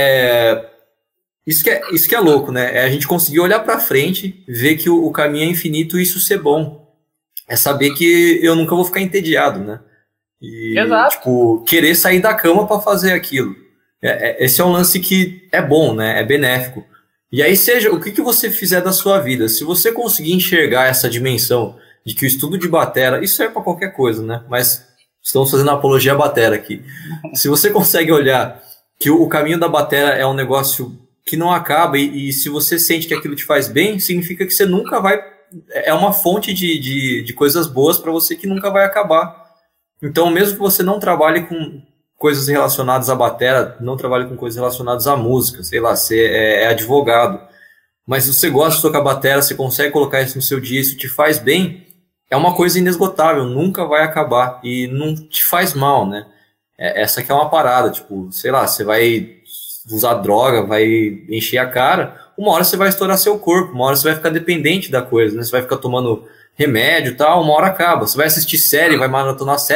isso que é louco, né? É a gente conseguir olhar pra frente, ver que o caminho é infinito e isso ser bom. É saber que eu nunca vou ficar entediado, né? E, exato. Tipo, querer sair da cama pra fazer aquilo. Esse é um lance que é bom, né? É benéfico. E aí, seja o que você fizer da sua vida, se você conseguir enxergar essa dimensão de que o estudo de batera, isso serve para qualquer coisa, né? Mas estamos fazendo apologia à batera aqui. Se você consegue olhar que o caminho da batera é um negócio que não acaba e se você sente que aquilo te faz bem, significa que você nunca vai... É uma fonte de coisas boas para você que nunca vai acabar. Então, mesmo que você não trabalhe com coisas relacionadas à batera, não trabalhe com coisas relacionadas à música, sei lá, você é advogado, mas se você gosta de tocar batera, você consegue colocar isso no seu dia, isso te faz bem, é uma coisa inesgotável, nunca vai acabar e não te faz mal, né? Essa aqui é uma parada, tipo, sei lá, você vai usar droga, vai encher a cara, uma hora você vai estourar seu corpo, uma hora você vai ficar dependente da coisa, né? Você vai ficar tomando remédio e tal, uma hora acaba. Você vai assistir série, vai maratonar série,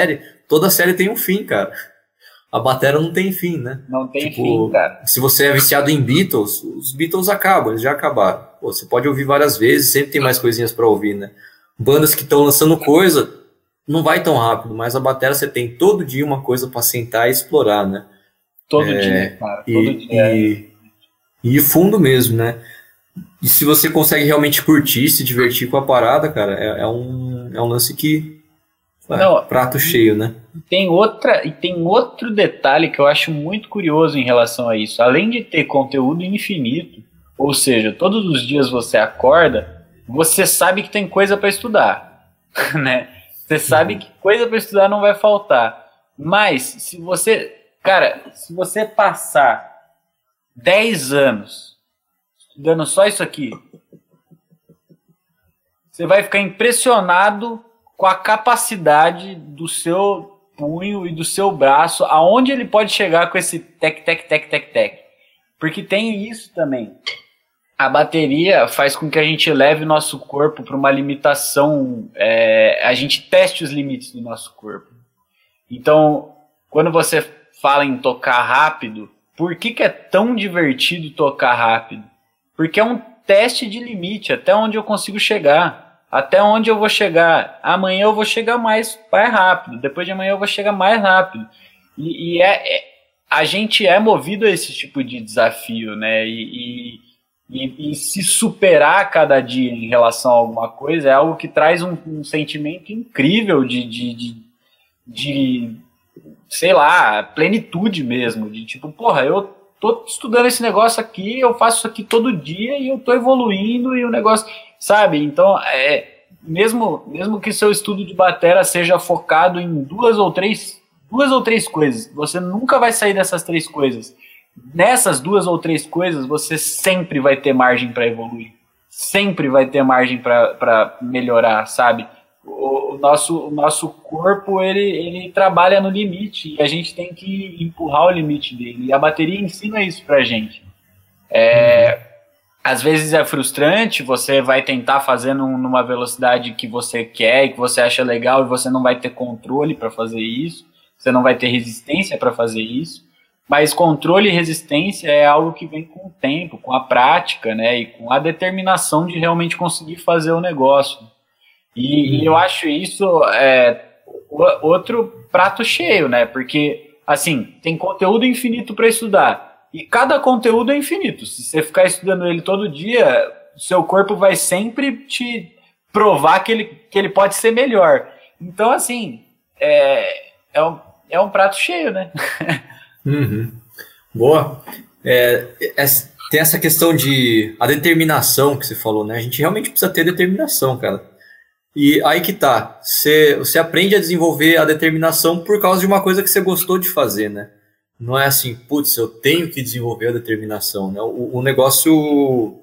toda série tem um fim, cara. A bateria não tem fim, né? Não tem fim, cara. Se você é viciado em Beatles, os Beatles acabam, eles já acabaram. Pô, você pode ouvir várias vezes, sempre tem mais coisinhas para ouvir, né? Bandas que estão lançando coisa, não vai tão rápido, mas a bateria você tem todo dia uma coisa para sentar e explorar, né? Todo dia, cara. Todo dia. E fundo mesmo, né? E se você consegue realmente curtir, se divertir com a parada, cara, é um lance que... prato cheio, né? Tem outro detalhe que eu acho muito curioso em relação a isso. Além de ter conteúdo infinito, ou seja, todos os dias você acorda, você sabe que tem coisa para estudar, né? Você sabe que coisa para estudar não vai faltar. Mas se você passar 10 anos estudando só isso aqui, você vai ficar impressionado com a capacidade do seu punho e do seu braço, aonde ele pode chegar com esse tec, tec, tec, tec, tec. Porque tem isso também. A bateria faz com que a gente leve o nosso corpo para uma limitação, a gente teste os limites do nosso corpo. Então, quando você fala em tocar rápido, por que é tão divertido tocar rápido? Porque é um teste de limite, até onde eu consigo chegar. Até onde eu vou chegar? Amanhã eu vou chegar mais rápido. Depois de amanhã eu vou chegar mais rápido. A gente é movido a esse tipo de desafio, né? E se superar a cada dia em relação a alguma coisa é algo que traz um sentimento incrível de sei lá, plenitude mesmo. De tipo, porra, eu tô estudando esse negócio aqui, eu faço isso aqui todo dia e eu tô evoluindo e o negócio... Sabe? Então, mesmo que seu estudo de bateria seja focado em duas ou três coisas, você nunca vai sair dessas 3 coisas. Nessas 2 ou 3 coisas, você sempre vai ter margem para evoluir. Sempre vai ter margem para melhorar, sabe? O nosso corpo, ele trabalha no limite e a gente tem que empurrar o limite dele. E a bateria ensina isso pra gente. Às vezes é frustrante, você vai tentar fazer numa velocidade que você quer e que você acha legal e você não vai ter controle para fazer isso, você não vai ter resistência para fazer isso, mas controle e resistência é algo que vem com o tempo, com a prática, né, e com a determinação de realmente conseguir fazer o negócio. E eu acho isso outro prato cheio, né, porque, assim, tem conteúdo infinito para estudar. E cada conteúdo é infinito. Se você ficar estudando ele todo dia, seu corpo vai sempre te provar que ele pode ser melhor. Então, assim, é um prato cheio, né? Boa. Tem essa questão a determinação que você falou, né? A gente realmente precisa ter determinação, cara. E aí que tá. Você aprende a desenvolver a determinação por causa de uma coisa que você gostou de fazer, né? Não é assim, putz, eu tenho que desenvolver a determinação, né? O negócio,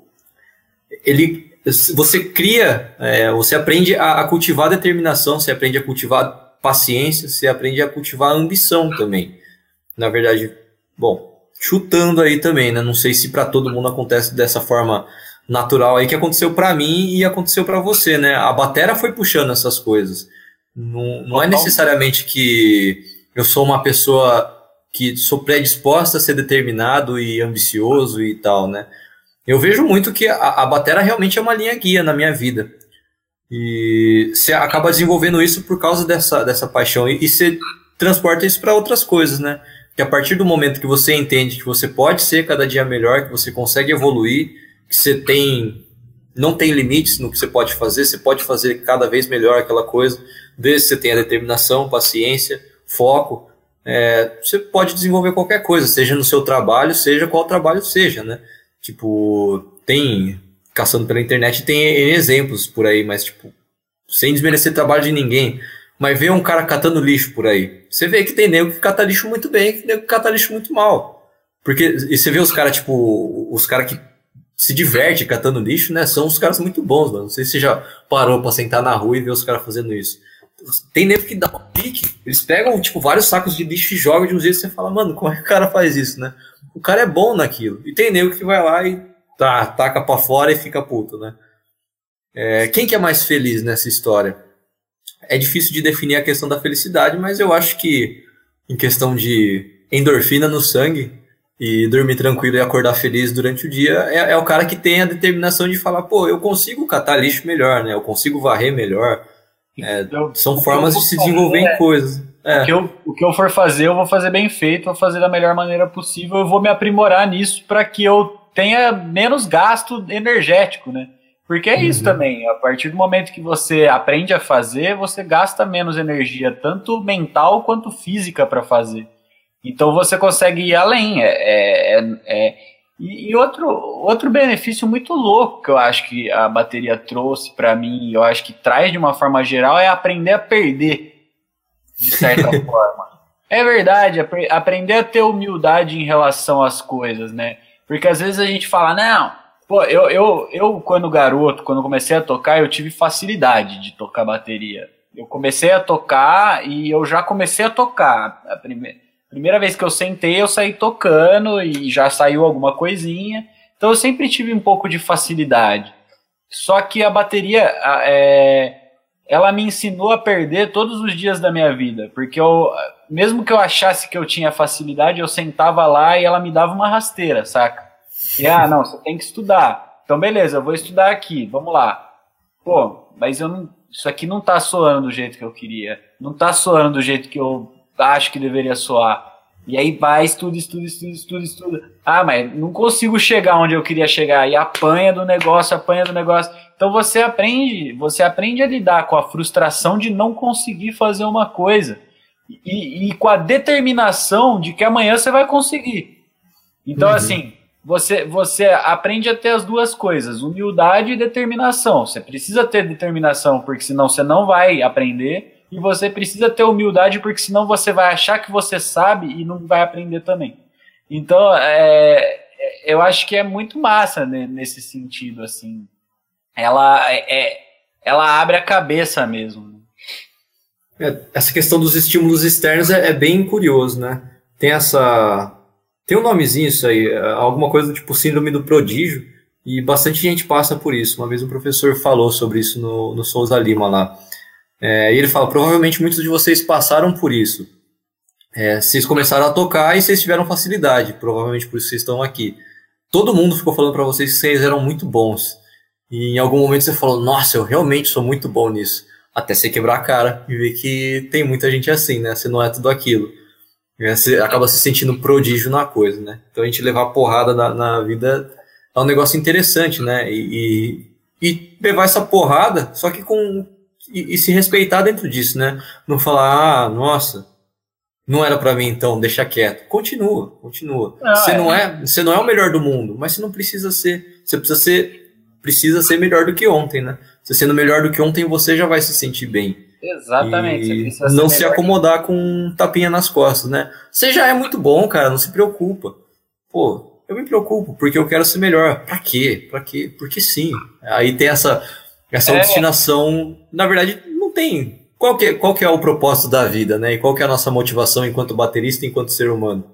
você cria, você aprende a cultivar a determinação, você aprende a cultivar paciência, você aprende a cultivar a ambição também. Na verdade, bom, chutando aí também, né? Não sei se para todo mundo acontece dessa forma natural aí que aconteceu para mim e aconteceu para você, né? A bateria foi puxando essas coisas. Não é necessariamente que eu sou uma pessoa que sou predisposta a ser determinado e ambicioso e tal, né? Eu vejo muito que a bateria realmente é uma linha guia na minha vida. E você acaba desenvolvendo isso por causa dessa paixão. E você transporta isso para outras coisas, né? Que a partir do momento que você entende que você pode ser cada dia melhor, que você consegue evoluir, que você não tem limites no que você pode fazer cada vez melhor aquela coisa, desde que você tenha determinação, paciência, foco, você pode desenvolver qualquer coisa, seja no seu trabalho, seja qual trabalho seja, né? Tipo, caçando pela internet, tem exemplos por aí, mas tipo, sem desmerecer o trabalho de ninguém, mas vê um cara catando lixo por aí, você vê que tem nego que cata lixo muito bem e que nego que cata lixo muito mal, e você vê os caras, tipo, os caras que se diverte catando lixo, né? São os caras muito bons, mano. Não sei se você já parou pra sentar na rua e ver os caras fazendo isso. Tem nego que dá um pique. Eles pegam, tipo, vários sacos de lixo e jogam de um jeito que você fala, mano, como é que o cara faz isso, né? O cara é bom naquilo. E tem nego que vai lá e taca pra fora e fica puto, né? Quem que é mais feliz nessa história? é difícil de definir a questão da felicidade, mas eu acho que em questão de endorfina no sangue e dormir tranquilo e acordar feliz durante o dia, é o cara que tem a determinação de falar, pô, eu consigo catar lixo melhor, né? Eu consigo varrer melhor. São formas de se desenvolver em coisas. O que eu for fazer, eu vou fazer bem feito, vou fazer da melhor maneira possível, eu vou me aprimorar nisso para que eu tenha menos gasto energético, né? Porque é isso também, a partir do momento que você aprende a fazer, você gasta menos energia, tanto mental quanto física para fazer. Então você consegue ir além. E outro benefício muito louco que eu acho que a bateria trouxe para mim, eu acho que traz de uma forma geral, é aprender a perder, de certa forma. É verdade, aprender a ter humildade em relação às coisas, né? Porque às vezes a gente fala, não, pô, eu quando garoto, quando comecei a tocar, eu tive facilidade de tocar bateria. Eu comecei a tocar e eu já comecei a tocar. A primeira vez que eu sentei, eu saí tocando e já saiu alguma coisinha. Então eu sempre tive um pouco de facilidade. Só que a bateria, ela me ensinou a perder todos os dias da minha vida. Porque mesmo que eu achasse que eu tinha facilidade, eu sentava lá e ela me dava uma rasteira, saca? E, não, você tem que estudar. Então beleza, eu vou estudar aqui, vamos lá. Pô, mas isso aqui não tá soando do jeito que eu queria. Não tá soando do jeito que eu acho que deveria soar. E aí vai, estuda. Mas não consigo chegar onde eu queria chegar. E apanha do negócio. Então você aprende a lidar com a frustração de não conseguir fazer uma coisa. E com a determinação de que amanhã você vai conseguir. Então, assim, você aprende a ter as duas coisas, humildade e determinação. Você precisa ter determinação, porque senão você não vai aprender. E você precisa ter humildade, porque senão você vai achar que você sabe e não vai aprender também. Então, eu acho que é muito massa, né, nesse sentido, assim. Ela abre a cabeça mesmo. Essa questão dos estímulos externos é bem curioso, né? Tem um nomezinho isso aí, alguma coisa do tipo síndrome do prodígio, e bastante gente passa por isso. Uma vez um professor falou sobre isso no Souza Lima lá. E ele fala, provavelmente muitos de vocês passaram por isso. Vocês começaram a tocar e vocês tiveram facilidade, provavelmente por isso vocês estão aqui. Todo mundo ficou falando para vocês que vocês eram muito bons. E em algum momento você falou, nossa, eu realmente sou muito bom nisso. Até você quebrar a cara e ver que tem muita gente assim, né? Você não é tudo aquilo. Você acaba se sentindo prodígio na coisa, né? Então a gente levar porrada na vida é um negócio interessante, né? E levar essa porrada, só que e se respeitar dentro disso, né? Não falar, nossa, não era pra mim então, deixa quieto. Continua. Você não é o melhor do mundo, mas você não precisa ser. Você precisa ser melhor do que ontem, né? Você sendo melhor do que ontem, você já vai se sentir bem. Exatamente. E não se acomodar com um tapinha nas costas, né? Você já é muito bom, cara, não se preocupa. Pô, eu me preocupo porque eu quero ser melhor. Pra quê? Porque sim. Aí tem essa obstinação, na verdade, não tem. Qual que é o propósito da vida, né? E qual que é a nossa motivação enquanto baterista, enquanto ser humano?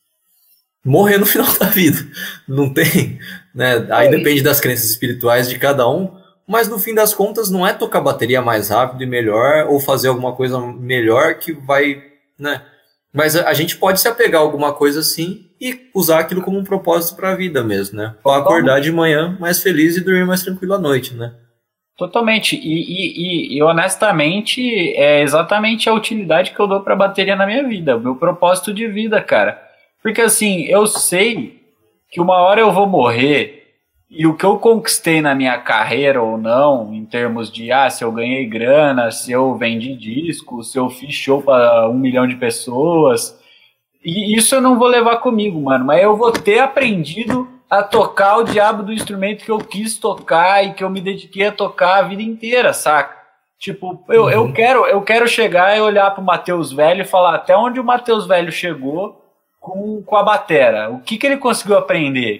Morrer no final da vida. Não tem, né? Aí depende das crenças espirituais de cada um, mas no fim das contas não é tocar bateria mais rápido e melhor, ou fazer alguma coisa melhor que vai, né? Mas a gente pode se apegar a alguma coisa assim e usar aquilo como um propósito para a vida mesmo, né? Para acordar de manhã mais feliz e dormir mais tranquilo à noite, né? Totalmente, e honestamente é exatamente a utilidade que eu dou pra bateria na minha vida, o meu propósito de vida, cara. Porque assim, eu sei que uma hora eu vou morrer e o que eu conquistei na minha carreira ou não, em termos de se eu ganhei grana, se eu vendi disco, se eu fiz show para 1 milhão de pessoas, e isso eu não vou levar comigo, mano, mas eu vou ter aprendido a tocar o diabo do instrumento que eu quis tocar e que eu me dediquei a tocar a vida inteira, saca? Tipo, eu quero chegar e olhar pro Matheus Velho e falar até onde o Matheus Velho chegou com a batera. O que ele conseguiu aprender?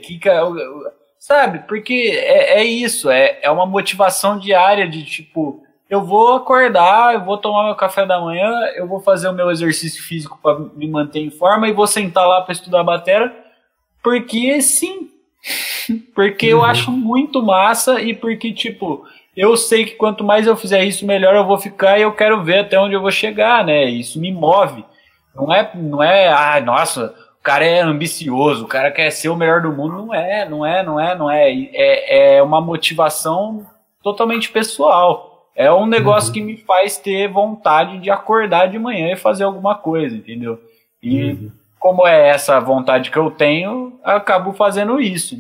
Sabe? Porque é isso, é uma motivação diária de tipo, eu vou acordar, eu vou tomar meu café da manhã, eu vou fazer o meu exercício físico para me manter em forma e vou sentar lá para estudar a batera, porque sim. Porque eu acho muito massa e porque, tipo, eu sei que quanto mais eu fizer isso, melhor eu vou ficar e eu quero ver até onde eu vou chegar, né? Isso me move. Não é, nossa, o cara é ambicioso, o cara quer ser o melhor do mundo. Não é. É uma motivação totalmente pessoal. É um negócio que me faz ter vontade de acordar de manhã e fazer alguma coisa, entendeu? E como é essa vontade que eu tenho, eu acabo fazendo isso.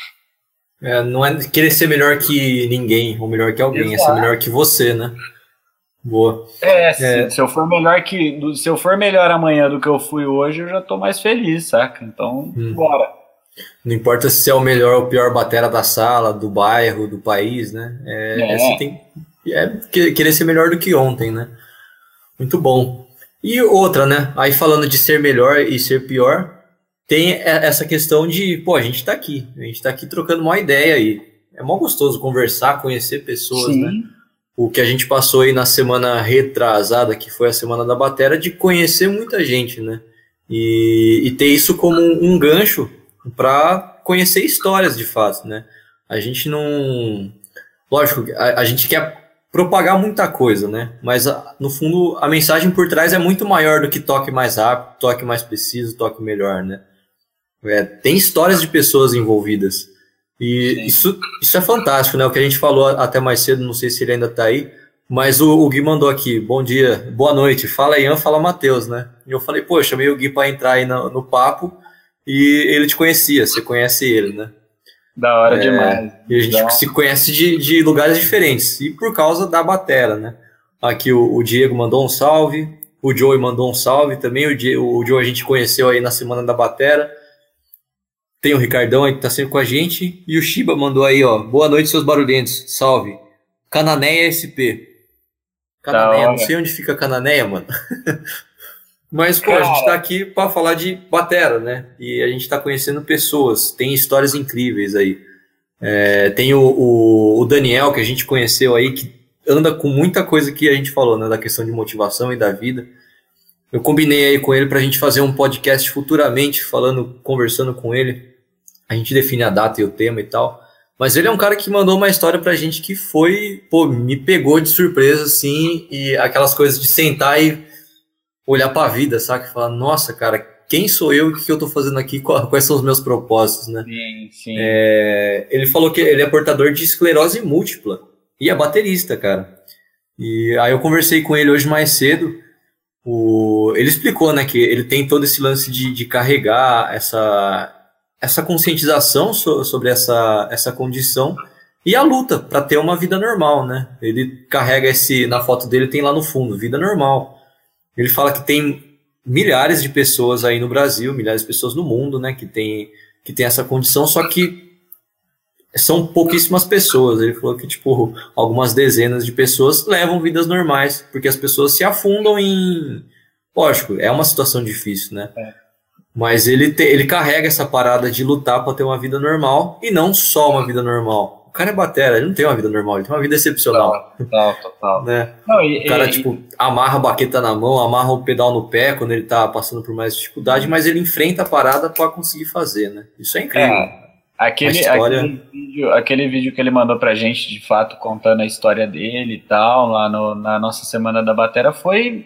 Não é querer ser melhor que ninguém, ou melhor que alguém, Exato. É ser melhor que você, né? Boa. Se eu for melhor amanhã do que eu fui hoje, eu já tô mais feliz, saca? Então, bora. Não importa se é o melhor ou o pior batera da sala, do bairro, do país, né? Você tem querer ser melhor do que ontem, né? Muito bom. E outra, né? Aí falando de ser melhor e ser pior, tem essa questão de, pô, a gente tá aqui trocando uma ideia aí. É mó gostoso conversar, conhecer pessoas, Sim. né? O que a gente passou aí na semana retrasada, que foi a semana da batera, de conhecer muita gente, né? E ter isso como um gancho para conhecer histórias de fato, né? A gente não... Lógico, a gente quer propagar muita coisa, né? Mas, no fundo, a mensagem por trás é muito maior do que toque mais rápido, toque mais preciso, toque melhor, né? Tem histórias de pessoas envolvidas. E isso é fantástico, né? O que a gente falou até mais cedo, não sei se ele ainda tá aí, mas o Gui mandou aqui, bom dia, boa noite, fala Ian, fala Matheus, né? E eu falei, pô, chamei o Gui para entrar aí no papo e ele te conhecia, você conhece ele, né? Da hora demais. E a gente se conhece de lugares diferentes, e por causa da batera, né? Aqui o Diego mandou um salve, o Joey mandou um salve também, o Joey a gente conheceu aí na semana da batera. Tem o Ricardão aí que tá sempre com a gente, e o Shiba mandou aí, ó, boa noite seus barulhentos, salve. Cananéia SP. Cananéia, não sei onde fica Cananéia, mano. Mas, pô, a gente tá aqui para falar de batera, né? E a gente tá conhecendo pessoas, tem histórias incríveis aí. Tem o Daniel, que a gente conheceu aí, que anda com muita coisa que a gente falou, né? Da questão de motivação e da vida. Eu combinei aí com ele pra gente fazer um podcast futuramente, conversando com ele. A gente define a data e o tema e tal. Mas ele é um cara que mandou uma história pra gente que foi, pô, me pegou de surpresa, assim, e aquelas coisas de sentar e olhar pra vida, sabe? E falar, nossa, cara, quem sou eu e o que eu tô fazendo aqui? Quais são os meus propósitos, né? Sim. Ele falou que ele é portador de esclerose múltipla e é baterista, cara. E aí eu conversei com ele hoje mais cedo. Ele explicou, né, que ele tem todo esse lance de carregar essa conscientização sobre essa condição e a luta para ter uma vida normal, né? Ele carrega na foto dele tem lá no fundo, vida normal. Ele fala que tem milhares de pessoas aí no Brasil, milhares de pessoas no mundo, né, que tem essa condição, só que são pouquíssimas pessoas. Ele falou que, tipo, algumas dezenas de pessoas levam vidas normais, porque as pessoas se afundam em... Lógico, é uma situação difícil, né? Mas ele carrega essa parada de lutar para ter uma vida normal, e não só uma vida normal. O cara é batera, ele não tem uma vida normal, ele tem uma vida excepcional. Total. Né? O cara, tipo, amarra a baqueta na mão, amarra o pedal no pé quando ele tá passando por mais dificuldade, mas ele enfrenta a parada para conseguir fazer, né? Isso é incrível. Aquele vídeo que ele mandou pra gente, de fato, contando a história dele e tal, lá na nossa semana da batera, foi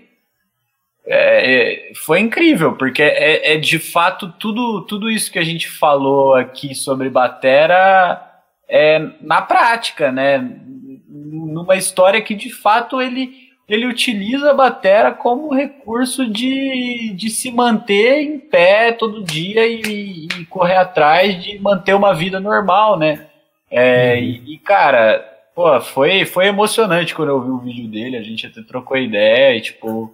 incrível, porque de fato tudo isso que a gente falou aqui sobre batera na prática, né? Numa história que de fato ele utiliza a batera como recurso de se manter em pé todo dia e correr atrás de manter uma vida normal, né? Cara, pô, foi emocionante quando eu vi o vídeo dele, a gente até trocou ideia e, tipo,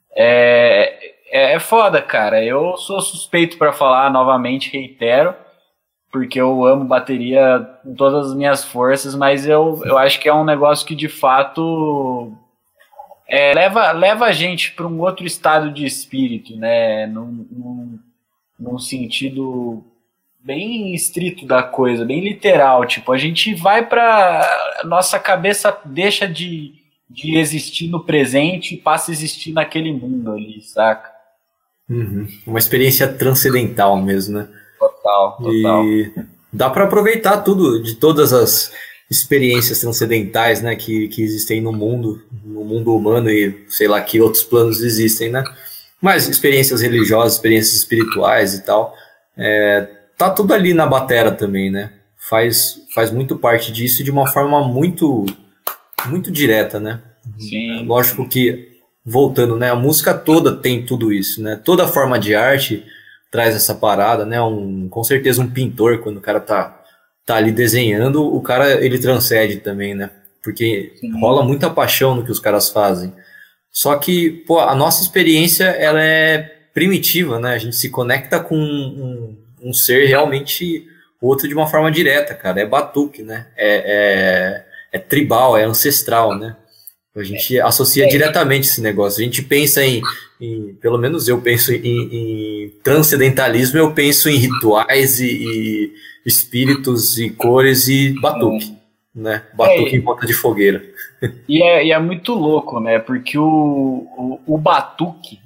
é foda, cara. Eu sou suspeito pra falar, novamente, reitero, porque eu amo bateria com todas as minhas forças, mas eu acho que é um negócio que, de fato... leva a gente para um outro estado de espírito, né? Num sentido bem estrito da coisa, bem literal. Tipo, a gente vai para... Nossa cabeça deixa de existir no presente e passa a existir naquele mundo ali, saca? Uma experiência transcendental mesmo, né? Total. E dá para aproveitar tudo, de todas experiências transcendentais, né, que existem no mundo humano e sei lá que outros planos existem, né? Mas experiências religiosas, experiências espirituais e tal, tá tudo ali na batera também, né? Faz muito parte disso de uma forma muito, muito direta, né? Sim. Lógico que, voltando, né, a música toda tem tudo isso, né? Toda forma de arte traz essa parada, né? Com certeza um pintor, quando o cara tá ali desenhando, o cara, ele transcende também, né? Porque rola muita paixão no que os caras fazem. Só que, pô, a nossa experiência, ela é primitiva, né? A gente se conecta com um ser realmente outro de uma forma direta, cara. É batuque, né? É tribal, é ancestral, né? A gente associa diretamente esse negócio. A gente pensa pelo menos eu penso em transcendentalismo, eu penso em rituais e espíritos e cores e batuque, né? Batuque em volta de fogueira. E é muito louco, né? Porque o batuque,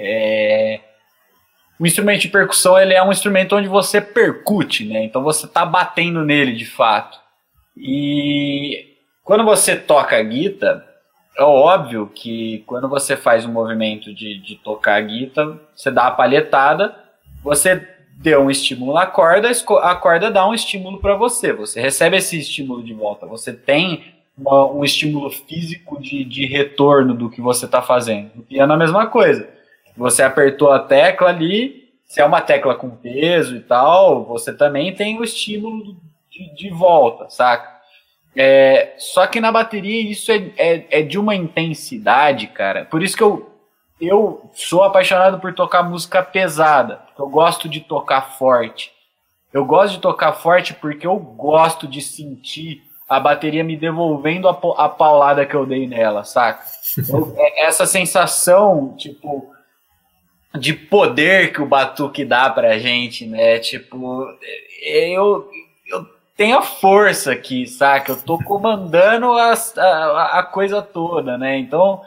o instrumento de percussão, ele é um instrumento onde você percute, né? Então você tá batendo nele de fato. E quando você toca a guitarra, é óbvio que quando você faz um movimento de tocar a guitarra, você dá a palhetada, você deu um estímulo à corda, a corda dá um estímulo para você. Você recebe esse estímulo de volta. Você tem um estímulo físico de retorno do que você está fazendo. No piano é a mesma coisa. Você apertou a tecla ali, se é uma tecla com peso e tal, você também tem o estímulo de volta, saca? Só que na bateria isso é de uma intensidade, cara. Por isso que eu sou apaixonado por tocar música pesada, porque eu gosto de tocar forte. Eu gosto de tocar forte porque eu gosto de sentir a bateria me devolvendo a paulada que eu dei nela, saca? Essa sensação, tipo, de poder que o batuque dá pra gente, né? Tipo, eu tenho a força aqui, saca? Eu tô comandando a coisa toda, né? Então,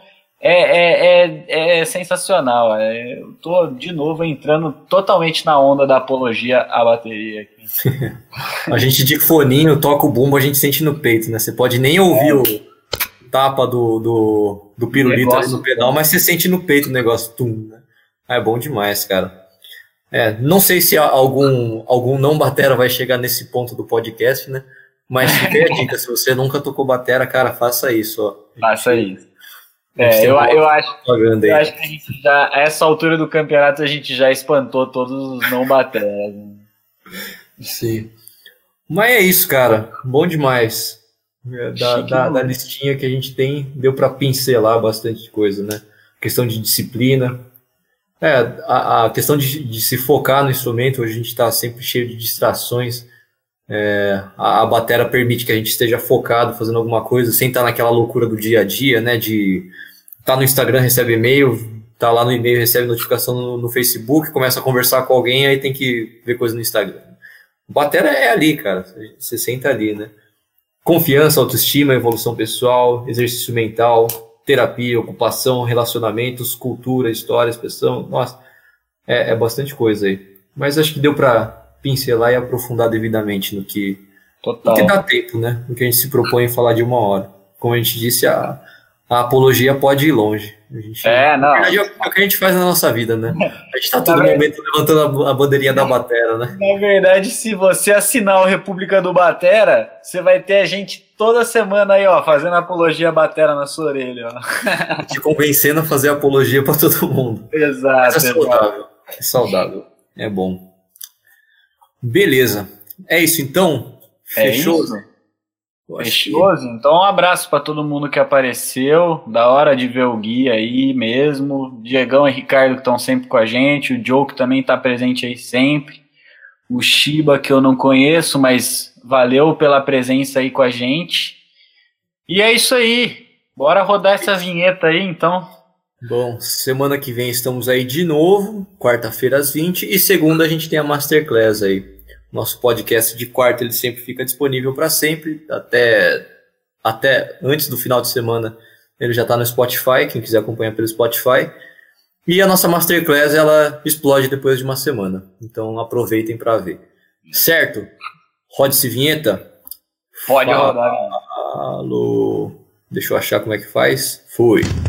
é sensacional. Eu tô, de novo, entrando totalmente na onda da apologia à bateria aqui. A gente de foninho toca o bumbo, a gente sente no peito, né? Você pode nem ouvir o tapa do pirulito ali no pedal, mas você sente no peito o negócio. Tum, né? É bom demais, cara. Não sei se algum não batera vai chegar nesse ponto do podcast, né? Mas fica a dica, se você nunca tocou batera, cara, faça isso, ó. Faça isso. Eu acho que a gente já, a essa altura do campeonato, a gente já espantou todos os não bateras. Sim. Mas é isso, cara. Bom demais. Da listinha que a gente tem, deu para pincelar bastante coisa, né? Questão de disciplina. A questão de se focar no instrumento, hoje a gente está sempre cheio de distrações. A batera permite que a gente esteja focado, fazendo alguma coisa, sem estar naquela loucura do dia a dia, né? De estar no Instagram, recebe e-mail, tá lá no e-mail, recebe notificação no Facebook, começa a conversar com alguém, aí tem que ver coisa no Instagram. Batera é ali, cara. Você senta ali, né? Confiança, autoestima, evolução pessoal, exercício mental, terapia, ocupação, relacionamentos, cultura, história, expressão. Nossa, é bastante coisa aí. Mas acho que deu para pincelar e aprofundar devidamente no que dá tempo, né? No que a gente se propõe a falar de 1 hora. Como a gente disse, a apologia pode ir longe. Na verdade, é o que a gente faz na nossa vida, né? A gente está todo momento levantando a bandeirinha da batera, né? Na verdade, se você assinar o República do Batera, você vai ter a gente toda semana aí, ó, fazendo apologia à batera na sua orelha, ó. Te convencendo a fazer apologia para todo mundo. Exato. Mas é saudável. É saudável. É bom. Beleza. É isso, então? Fechou? Fechoso? Então um abraço para todo mundo que apareceu, da hora de ver o Gui aí mesmo, Diegão e Ricardo que estão sempre com a gente, o Joe que também está presente aí sempre, o Shiba que eu não conheço, mas valeu pela presença aí com a gente, e é isso aí, bora rodar essa vinheta aí então. Bom, semana que vem estamos aí de novo, quarta-feira às 20, e segunda a gente tem a Masterclass aí. Nosso podcast de quarta ele sempre fica disponível para sempre, até antes do final de semana ele já está no Spotify, quem quiser acompanhar pelo Spotify. E a nossa Masterclass ela explode depois de 1 semana, então aproveitem para ver. Certo? Rode-se vinheta. Pode rodar. Falou. Deixa eu achar como é que faz. Fui.